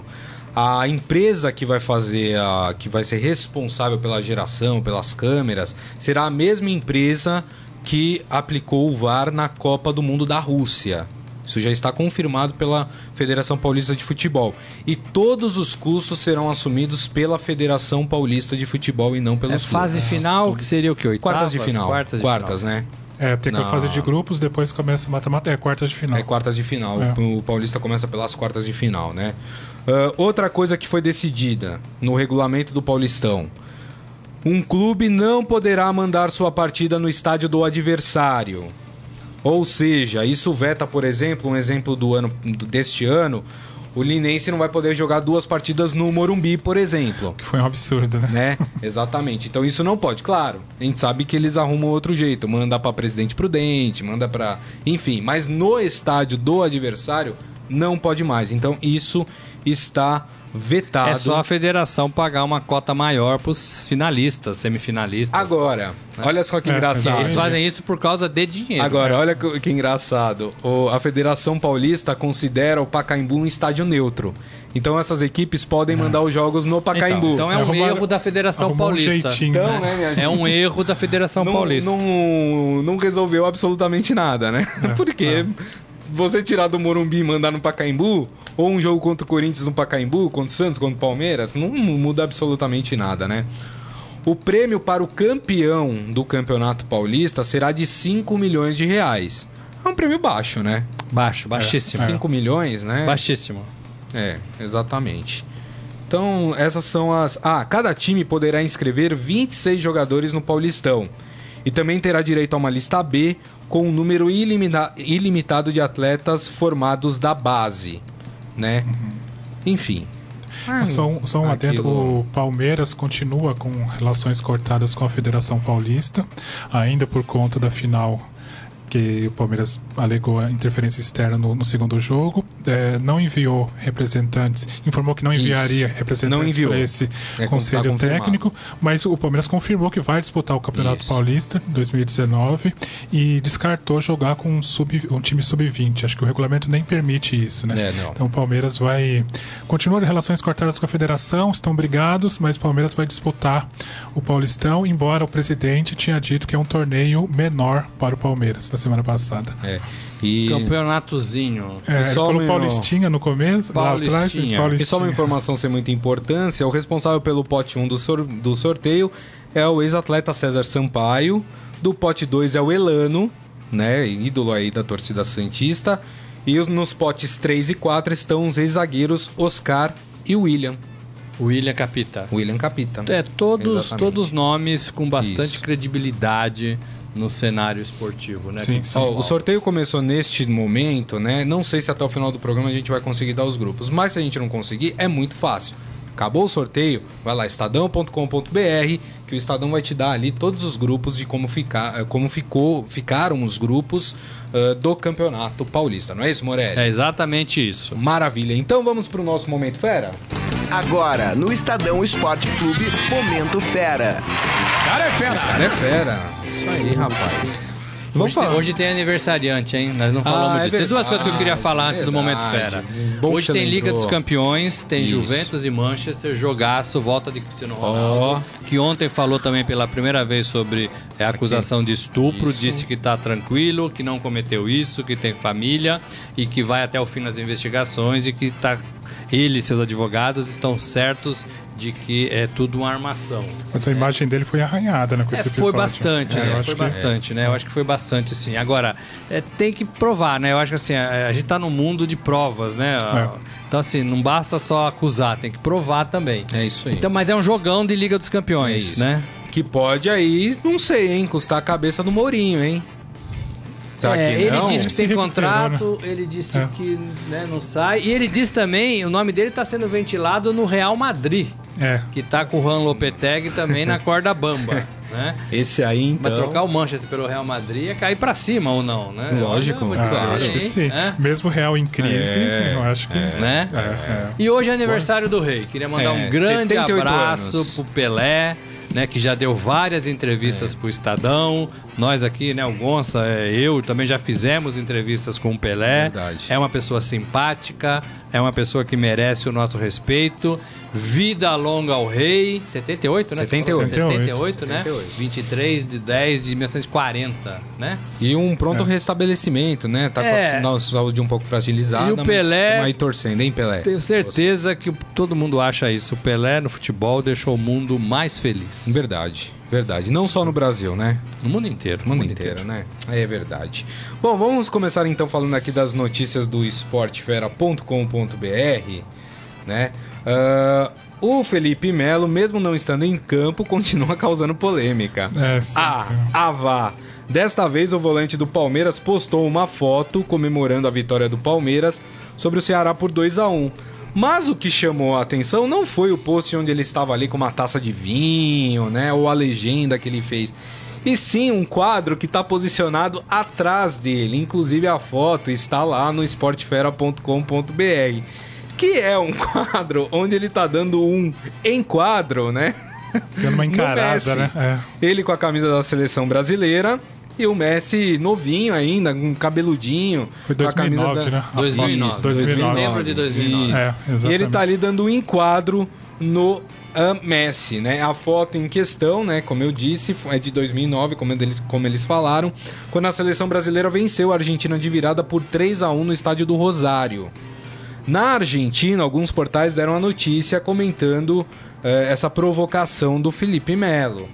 A empresa que vai que vai ser responsável pela geração, pelas câmeras, será a mesma empresa que aplicou o VAR na Copa do Mundo da Rússia. Isso já está confirmado pela Federação Paulista de Futebol. E todos os custos serão assumidos pela Federação Paulista de Futebol e não pelos clubes. Fase final, que seria o quê? Oitavas? Quartas de final. Quartas, né? Tem que a fase de grupos, depois começa mata-mata, quartas de final. Quartas de final. O Paulista começa pelas quartas de final, né? Outra coisa que foi decidida no regulamento do Paulistão: um clube não poderá mandar sua partida no estádio do adversário. Ou seja, isso veta, por exemplo, um exemplo deste ano, o Linense não vai poder jogar 2 partidas no Morumbi, por exemplo. Que foi um absurdo, né? Exatamente. Então isso não pode. Claro, a gente sabe que eles arrumam outro jeito. Manda pra Presidente Prudente, manda pra... Enfim, mas no estádio do adversário não pode mais. Então isso está vetado. É só a federação pagar uma cota maior pros finalistas, semifinalistas. Agora, olha só que engraçado. Eles fazem isso por causa de dinheiro. Agora, olha que engraçado. A Federação Paulista considera o Pacaembu um estádio neutro. Então essas equipes podem mandar os jogos no Pacaembu. Então é um erro da Federação Paulista. Então, né, minha gente? É um erro da Federação Paulista. Não resolveu absolutamente nada, né? Porque você tirar do Morumbi e mandar no Pacaembu, ou um jogo contra o Corinthians no Pacaembu, contra o Santos, contra o Palmeiras, não muda absolutamente nada, né? O prêmio para o campeão do Campeonato Paulista será de 5 milhões de reais. É um prêmio baixo, né? Baixíssimo. 5 milhões, né? Baixíssimo. Exatamente. Então, essas são as... cada time poderá inscrever 26 jogadores no Paulistão. E também terá direito a uma lista B com um número ilimitado de atletas formados da base, né? Enfim. Só um adendo, o Palmeiras continua com relações cortadas com a Federação Paulista, ainda por conta da final que o Palmeiras alegou a interferência externa no segundo jogo. Não enviou representantes, informou que não enviaria representantes para esse conselho técnico, mas o Palmeiras confirmou que vai disputar o Campeonato Paulista 2019 e descartou jogar com um time sub-20. Acho que o regulamento nem permite isso, né? Então o Palmeiras continua de relações cortadas com a federação, estão brigados, mas o Palmeiras vai disputar o Paulistão, embora o presidente tinha dito que é um torneio menor para o Palmeiras na semana passada. Campeonatozinho. Ele falou Paulistinha no começo, lá atrás. E só uma informação sem muita importância: o responsável pelo pote 1 do sorteio é o ex-atleta César Sampaio. Do pote 2 é o Elano, né, ídolo aí da torcida santista. E nos potes 3 e 4 estão os ex-zagueiros Oscar e William. William Capita. William Capita. Todos nomes com bastante Isso. credibilidade no cenário esportivo, né? Sim, sim. O sorteio começou neste momento, né? Não sei se até o final do programa a gente vai conseguir dar os grupos, mas se a gente não conseguir, é muito fácil. Acabou o sorteio, vai lá, estadão.com.br, que o Estadão vai te dar ali todos os grupos de como ficaram os grupos do Campeonato Paulista. Não é isso, Morelli? É exatamente isso. Maravilha. Então vamos pro nosso Momento Fera? Agora, no Estadão Esporte Clube, Momento Fera. Cara é fera. Isso aí, rapaz. Vamos falar. Hoje tem aniversariante, hein? Nós não falamos disso. Tem duas coisas que eu queria falar antes do Momento Fera. Hoje tem Liga dos Campeões, tem Juventus e Manchester, jogaço, volta de Cristiano Ronaldo, que ontem falou também pela primeira vez sobre a acusação de estupro, disse que tá tranquilo, que não cometeu isso, que tem família e que vai até o fim nas investigações e que ele e seus advogados estão certos de que é tudo uma armação. Mas a imagem dele foi arranhada, né? Com esse episódio. Foi bastante, né? Foi bastante, né? Eu acho que foi bastante, sim. Agora, tem que provar, né? Eu acho que assim, a gente tá num mundo de provas, né? Então, assim, não basta só acusar, tem que provar também. É isso aí. Então, mas é um jogão de Liga dos Campeões, né? Que pode aí, não sei, hein? Custar a cabeça do Mourinho, hein? Será que ele não? disse que tem Se contrato, ele disse que não sai. E ele disse também, o nome dele está sendo ventilado no Real Madrid. Que tá com o Juan Lopetegui também na corda bamba, né? Esse aí, então... Mas trocar o Manchester pelo Real Madrid é cair pra cima ou não, né? Lógico. Acho que sim. Mesmo Real em crise, eu acho que... Né? E hoje é aniversário do Rei. Queria mandar um grande abraço pro Pelé, né, que já deu várias entrevistas pro Estadão. Nós aqui, né, o Gonça, eu também já fizemos entrevistas com o Pelé. Verdade. É uma pessoa simpática, é uma pessoa que merece o nosso respeito. Vida longa ao Rei. 78, né? 78, né? 23 de 10 de 1940, né? E um pronto restabelecimento, né? Tá com a saúde um pouco fragilizada, e o Pelé, mas aí torcendo, hein, Pelé? Tenho certeza que todo mundo acha isso. O Pelé no futebol deixou o mundo mais feliz. Verdade. Não só no Brasil, né? No mundo inteiro. No mundo inteiro, né? É verdade. Bom, vamos começar então falando aqui das notícias do esportefera.com.br, né? O Felipe Melo, mesmo não estando em campo, continua causando polêmica. Vá. Desta vez, o volante do Palmeiras postou uma foto comemorando a vitória do Palmeiras sobre o Ceará por 2-1. Mas o que chamou a atenção não foi o post onde ele estava ali com uma taça de vinho, né? Ou a legenda que ele fez. E sim um quadro que está posicionado atrás dele. Inclusive a foto está lá no esportefera.com.br. Que é um quadro onde ele tá dando um enquadro, né? Dando uma encarada, né? Ele com a camisa da seleção brasileira e o Messi novinho ainda, com cabeludinho. Foi 2009, né? 2009. Lembro de 2009. Exatamente. E ele tá ali dando um enquadro no Messi, né? A foto em questão, né? Como eu disse, é de 2009, como eles falaram, quando a seleção brasileira venceu a Argentina de virada por 3-1 no estádio do Rosário. Na Argentina, alguns portais deram a notícia comentando essa provocação do Felipe Melo.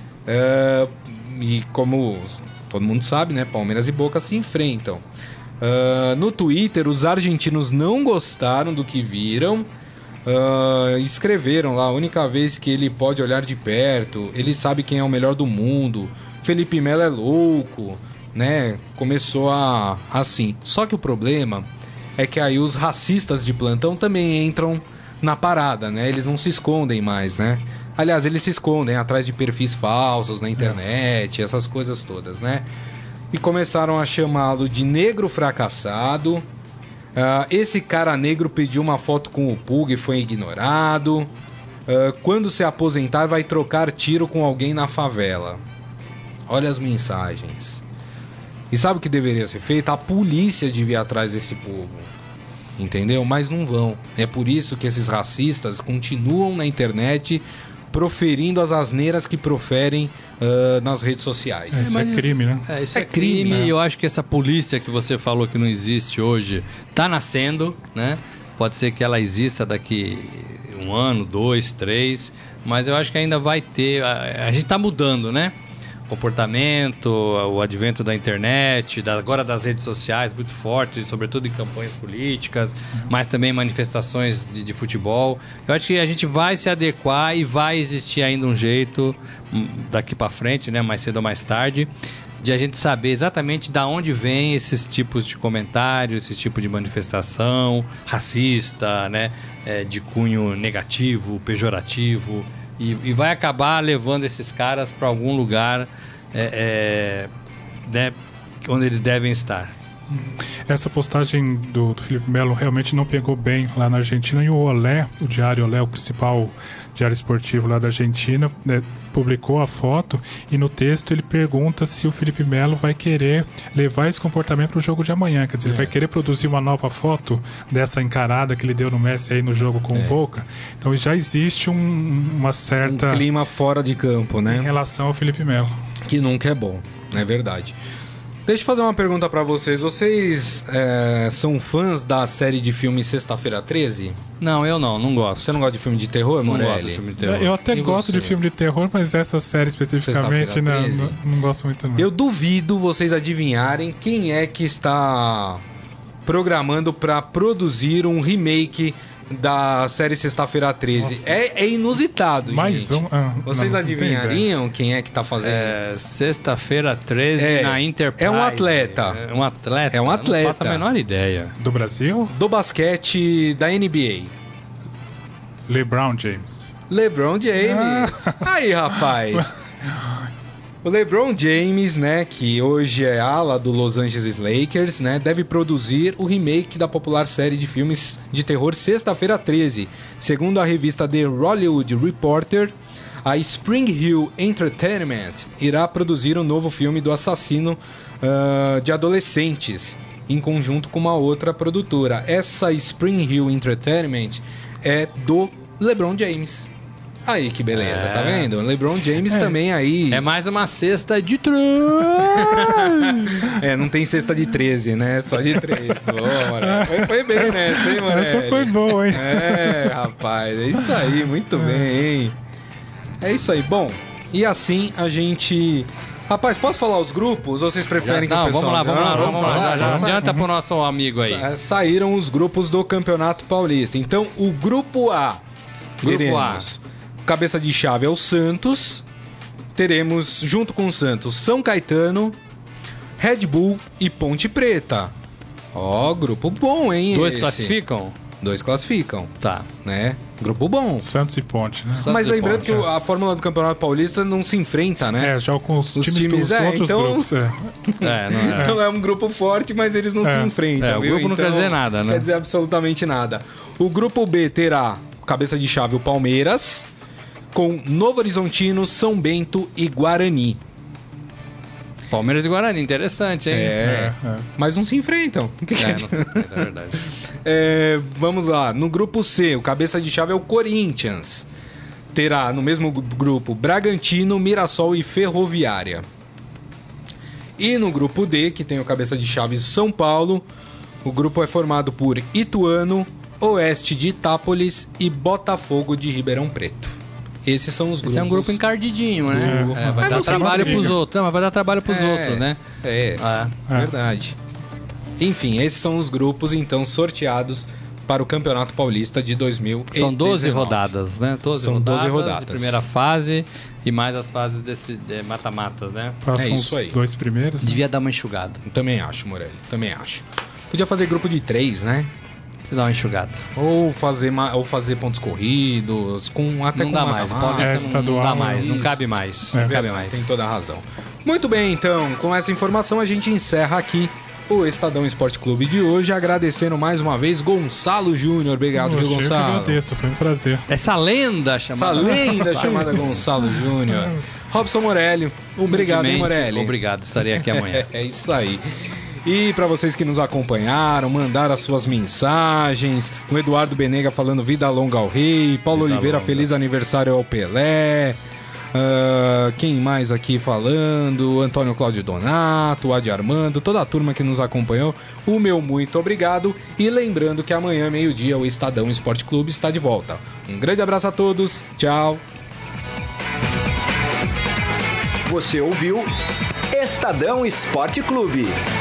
E como todo mundo sabe, né, Palmeiras e Boca se enfrentam. No Twitter, os argentinos não gostaram do que viram. Escreveram lá, a única vez que ele pode olhar de perto, ele sabe quem é o melhor do mundo, Felipe Melo é louco, né? Começou assim. Só que o problema é que aí os racistas de plantão também entram na parada, né? Eles não se escondem mais, né? Aliás, eles se escondem atrás de perfis falsos na internet, essas coisas todas, né? E começaram a chamá-lo de negro fracassado. Esse cara negro pediu uma foto com o Pug e foi ignorado. Quando se aposentar, vai trocar tiro com alguém na favela. Olha as mensagens. E sabe o que deveria ser feito? A polícia devia ir atrás desse povo. Entendeu? Mas não vão. É por isso que esses racistas continuam na internet proferindo as asneiras que proferem nas redes sociais. Isso é crime, né? Isso é crime. Né? E eu acho que essa polícia que você falou que não existe hoje tá nascendo, né? Pode ser que ela exista daqui 1 ano, 2, 3, mas eu acho que ainda vai ter. A gente tá mudando, né? comportamento, o advento da internet, agora das redes sociais, muito forte, sobretudo em campanhas políticas, mas também manifestações de futebol. Eu acho que a gente vai se adequar e vai existir ainda um jeito, daqui para frente, né, mais cedo ou mais tarde, de a gente saber exatamente de onde vem esses tipos de comentários, esse tipo de manifestação racista, né, de cunho negativo, pejorativo, e vai acabar levando esses caras para algum lugar né, onde eles devem estar. Essa postagem do Felipe Melo realmente não pegou bem lá na Argentina, e o Olé, o Diário Olé, o principal diário esportivo lá da Argentina, né, publicou a foto, e no texto ele pergunta se o Felipe Melo vai querer levar esse comportamento pro jogo de amanhã. Quer dizer, ele vai querer produzir uma nova foto dessa encarada que ele deu no Messi aí no jogo com o Boca. Então já existe uma certa... Um clima fora de campo, né? Em relação ao Felipe Melo. Que nunca é bom, é verdade. Deixa eu fazer uma pergunta pra vocês. Vocês são fãs da série de filmes Sexta-feira 13? Não, eu não gosto. Você não gosta de filme de terror, Não Morelli? gosto de filme de terror. Eu até E gosto você? de filme de terror, mas essa série especificamente Sexta-feira 13? não gosto muito não. Eu duvido vocês adivinharem quem é que está programando pra produzir um remake da série Sexta-feira 13. Nossa. É inusitado, Mais gente. Vocês não tem adivinhariam quem é que tá fazendo? Sexta-feira 13 na Enterprise. É um atleta. É um atleta? É um atleta. Não faço a menor ideia. Do Brasil? Do basquete da NBA. LeBron James. LeBron James. Aí, rapaz. O LeBron James, né, que hoje é ala do Los Angeles Lakers, né, deve produzir o remake da popular série de filmes de terror Sexta-feira 13. Segundo a revista The Hollywood Reporter, a Spring Hill Entertainment irá produzir um novo filme do assassino de adolescentes, em conjunto com uma outra produtora. Essa Spring Hill Entertainment é do LeBron James. Aí, que beleza, tá vendo? LeBron James também aí... É mais uma cesta de não tem cesta de 13, né? Só de 3. Foi bem nessa, hein, Morelli? Essa foi boa, hein? Rapaz, é isso aí, muito bem, hein? É isso aí. Bom, e assim a gente... Rapaz, posso falar os grupos? Ou vocês preferem que o pessoal... Vamos lá. Já Sa- adianta pro nosso amigo aí. Saíram os grupos do Campeonato Paulista. Então, o grupo A. Teremos cabeça de chave é o Santos. Teremos, junto com o Santos, São Caetano, Red Bull e Ponte Preta. Ó, grupo bom, hein? Dois esse? classificam? 2 classificam, Tá. né? Grupo bom. Santos e Ponte, né? Mas e lembrando Ponte, que a fórmula do Campeonato Paulista não se enfrenta, né? Já com os Os times times, dos outros então- grupos. não é. Então é um grupo forte, mas eles não se enfrentam. O viu? grupo não Então, quer dizer nada, né? Não quer dizer absolutamente nada. O grupo B terá cabeça de chave o Palmeiras, com Novo Horizontino, São Bento e Guarani. Palmeiras e Guarani, interessante, hein? Mas não se enfrentam. Não sei, é verdade. Vamos lá. No grupo C, o cabeça de chave é o Corinthians. Terá no mesmo grupo Bragantino, Mirassol e Ferroviária. E no grupo D, que tem o cabeça de chave São Paulo, o grupo é formado por Ituano, Oeste de Itápolis e Botafogo de Ribeirão Preto. Esses são os grupos. Esse é um grupo encardidinho, né? Vai Mas dar não se trabalho briga. pros outros. Não, mas vai dar trabalho pros outros, né? Verdade. Enfim, esses são os grupos, então, sorteados para o Campeonato Paulista de 2019. São 12 rodadas, né? 12 São 12 rodadas. de primeira fase e mais as fases desse mata-matas, né? Passam isso os aí. 2 primeiros. Devia dar uma enxugada. Também acho, Morelli. Também acho. Podia fazer grupo de 3, né? Você dá uma enxugada. Ou fazer pontos corridos, até Não com dá mais. O mata-mata. Paulista não dá estadual, mais. Não isso. cabe mais. É. Não cabe Verdade, mais. Tem toda a razão. Muito bem, então, com essa informação a gente encerra aqui o Estadão Esporte Clube de hoje, agradecendo mais uma vez Gonçalo Júnior. Obrigado, viu, Eu que Gonçalo? agradeço, foi um prazer. Essa lenda Essa chamada... lenda chamada Gonçalo Júnior. Robson Morelli. Obrigado, hein, Morelli? Obrigado, estarei aqui amanhã. É isso aí. E para vocês que nos acompanharam, mandaram as suas mensagens, o Eduardo Benega falando vida longa ao rei, Paulo Vida Oliveira, longa. feliz aniversário ao Pelé, quem mais aqui falando, Antônio Cláudio Donato, Adi Armando, toda a turma que nos acompanhou, o meu muito obrigado, e lembrando que amanhã, meio-dia, o Estadão Esporte Clube está de volta. Um grande abraço a todos, tchau! Você ouviu Estadão Esporte Clube.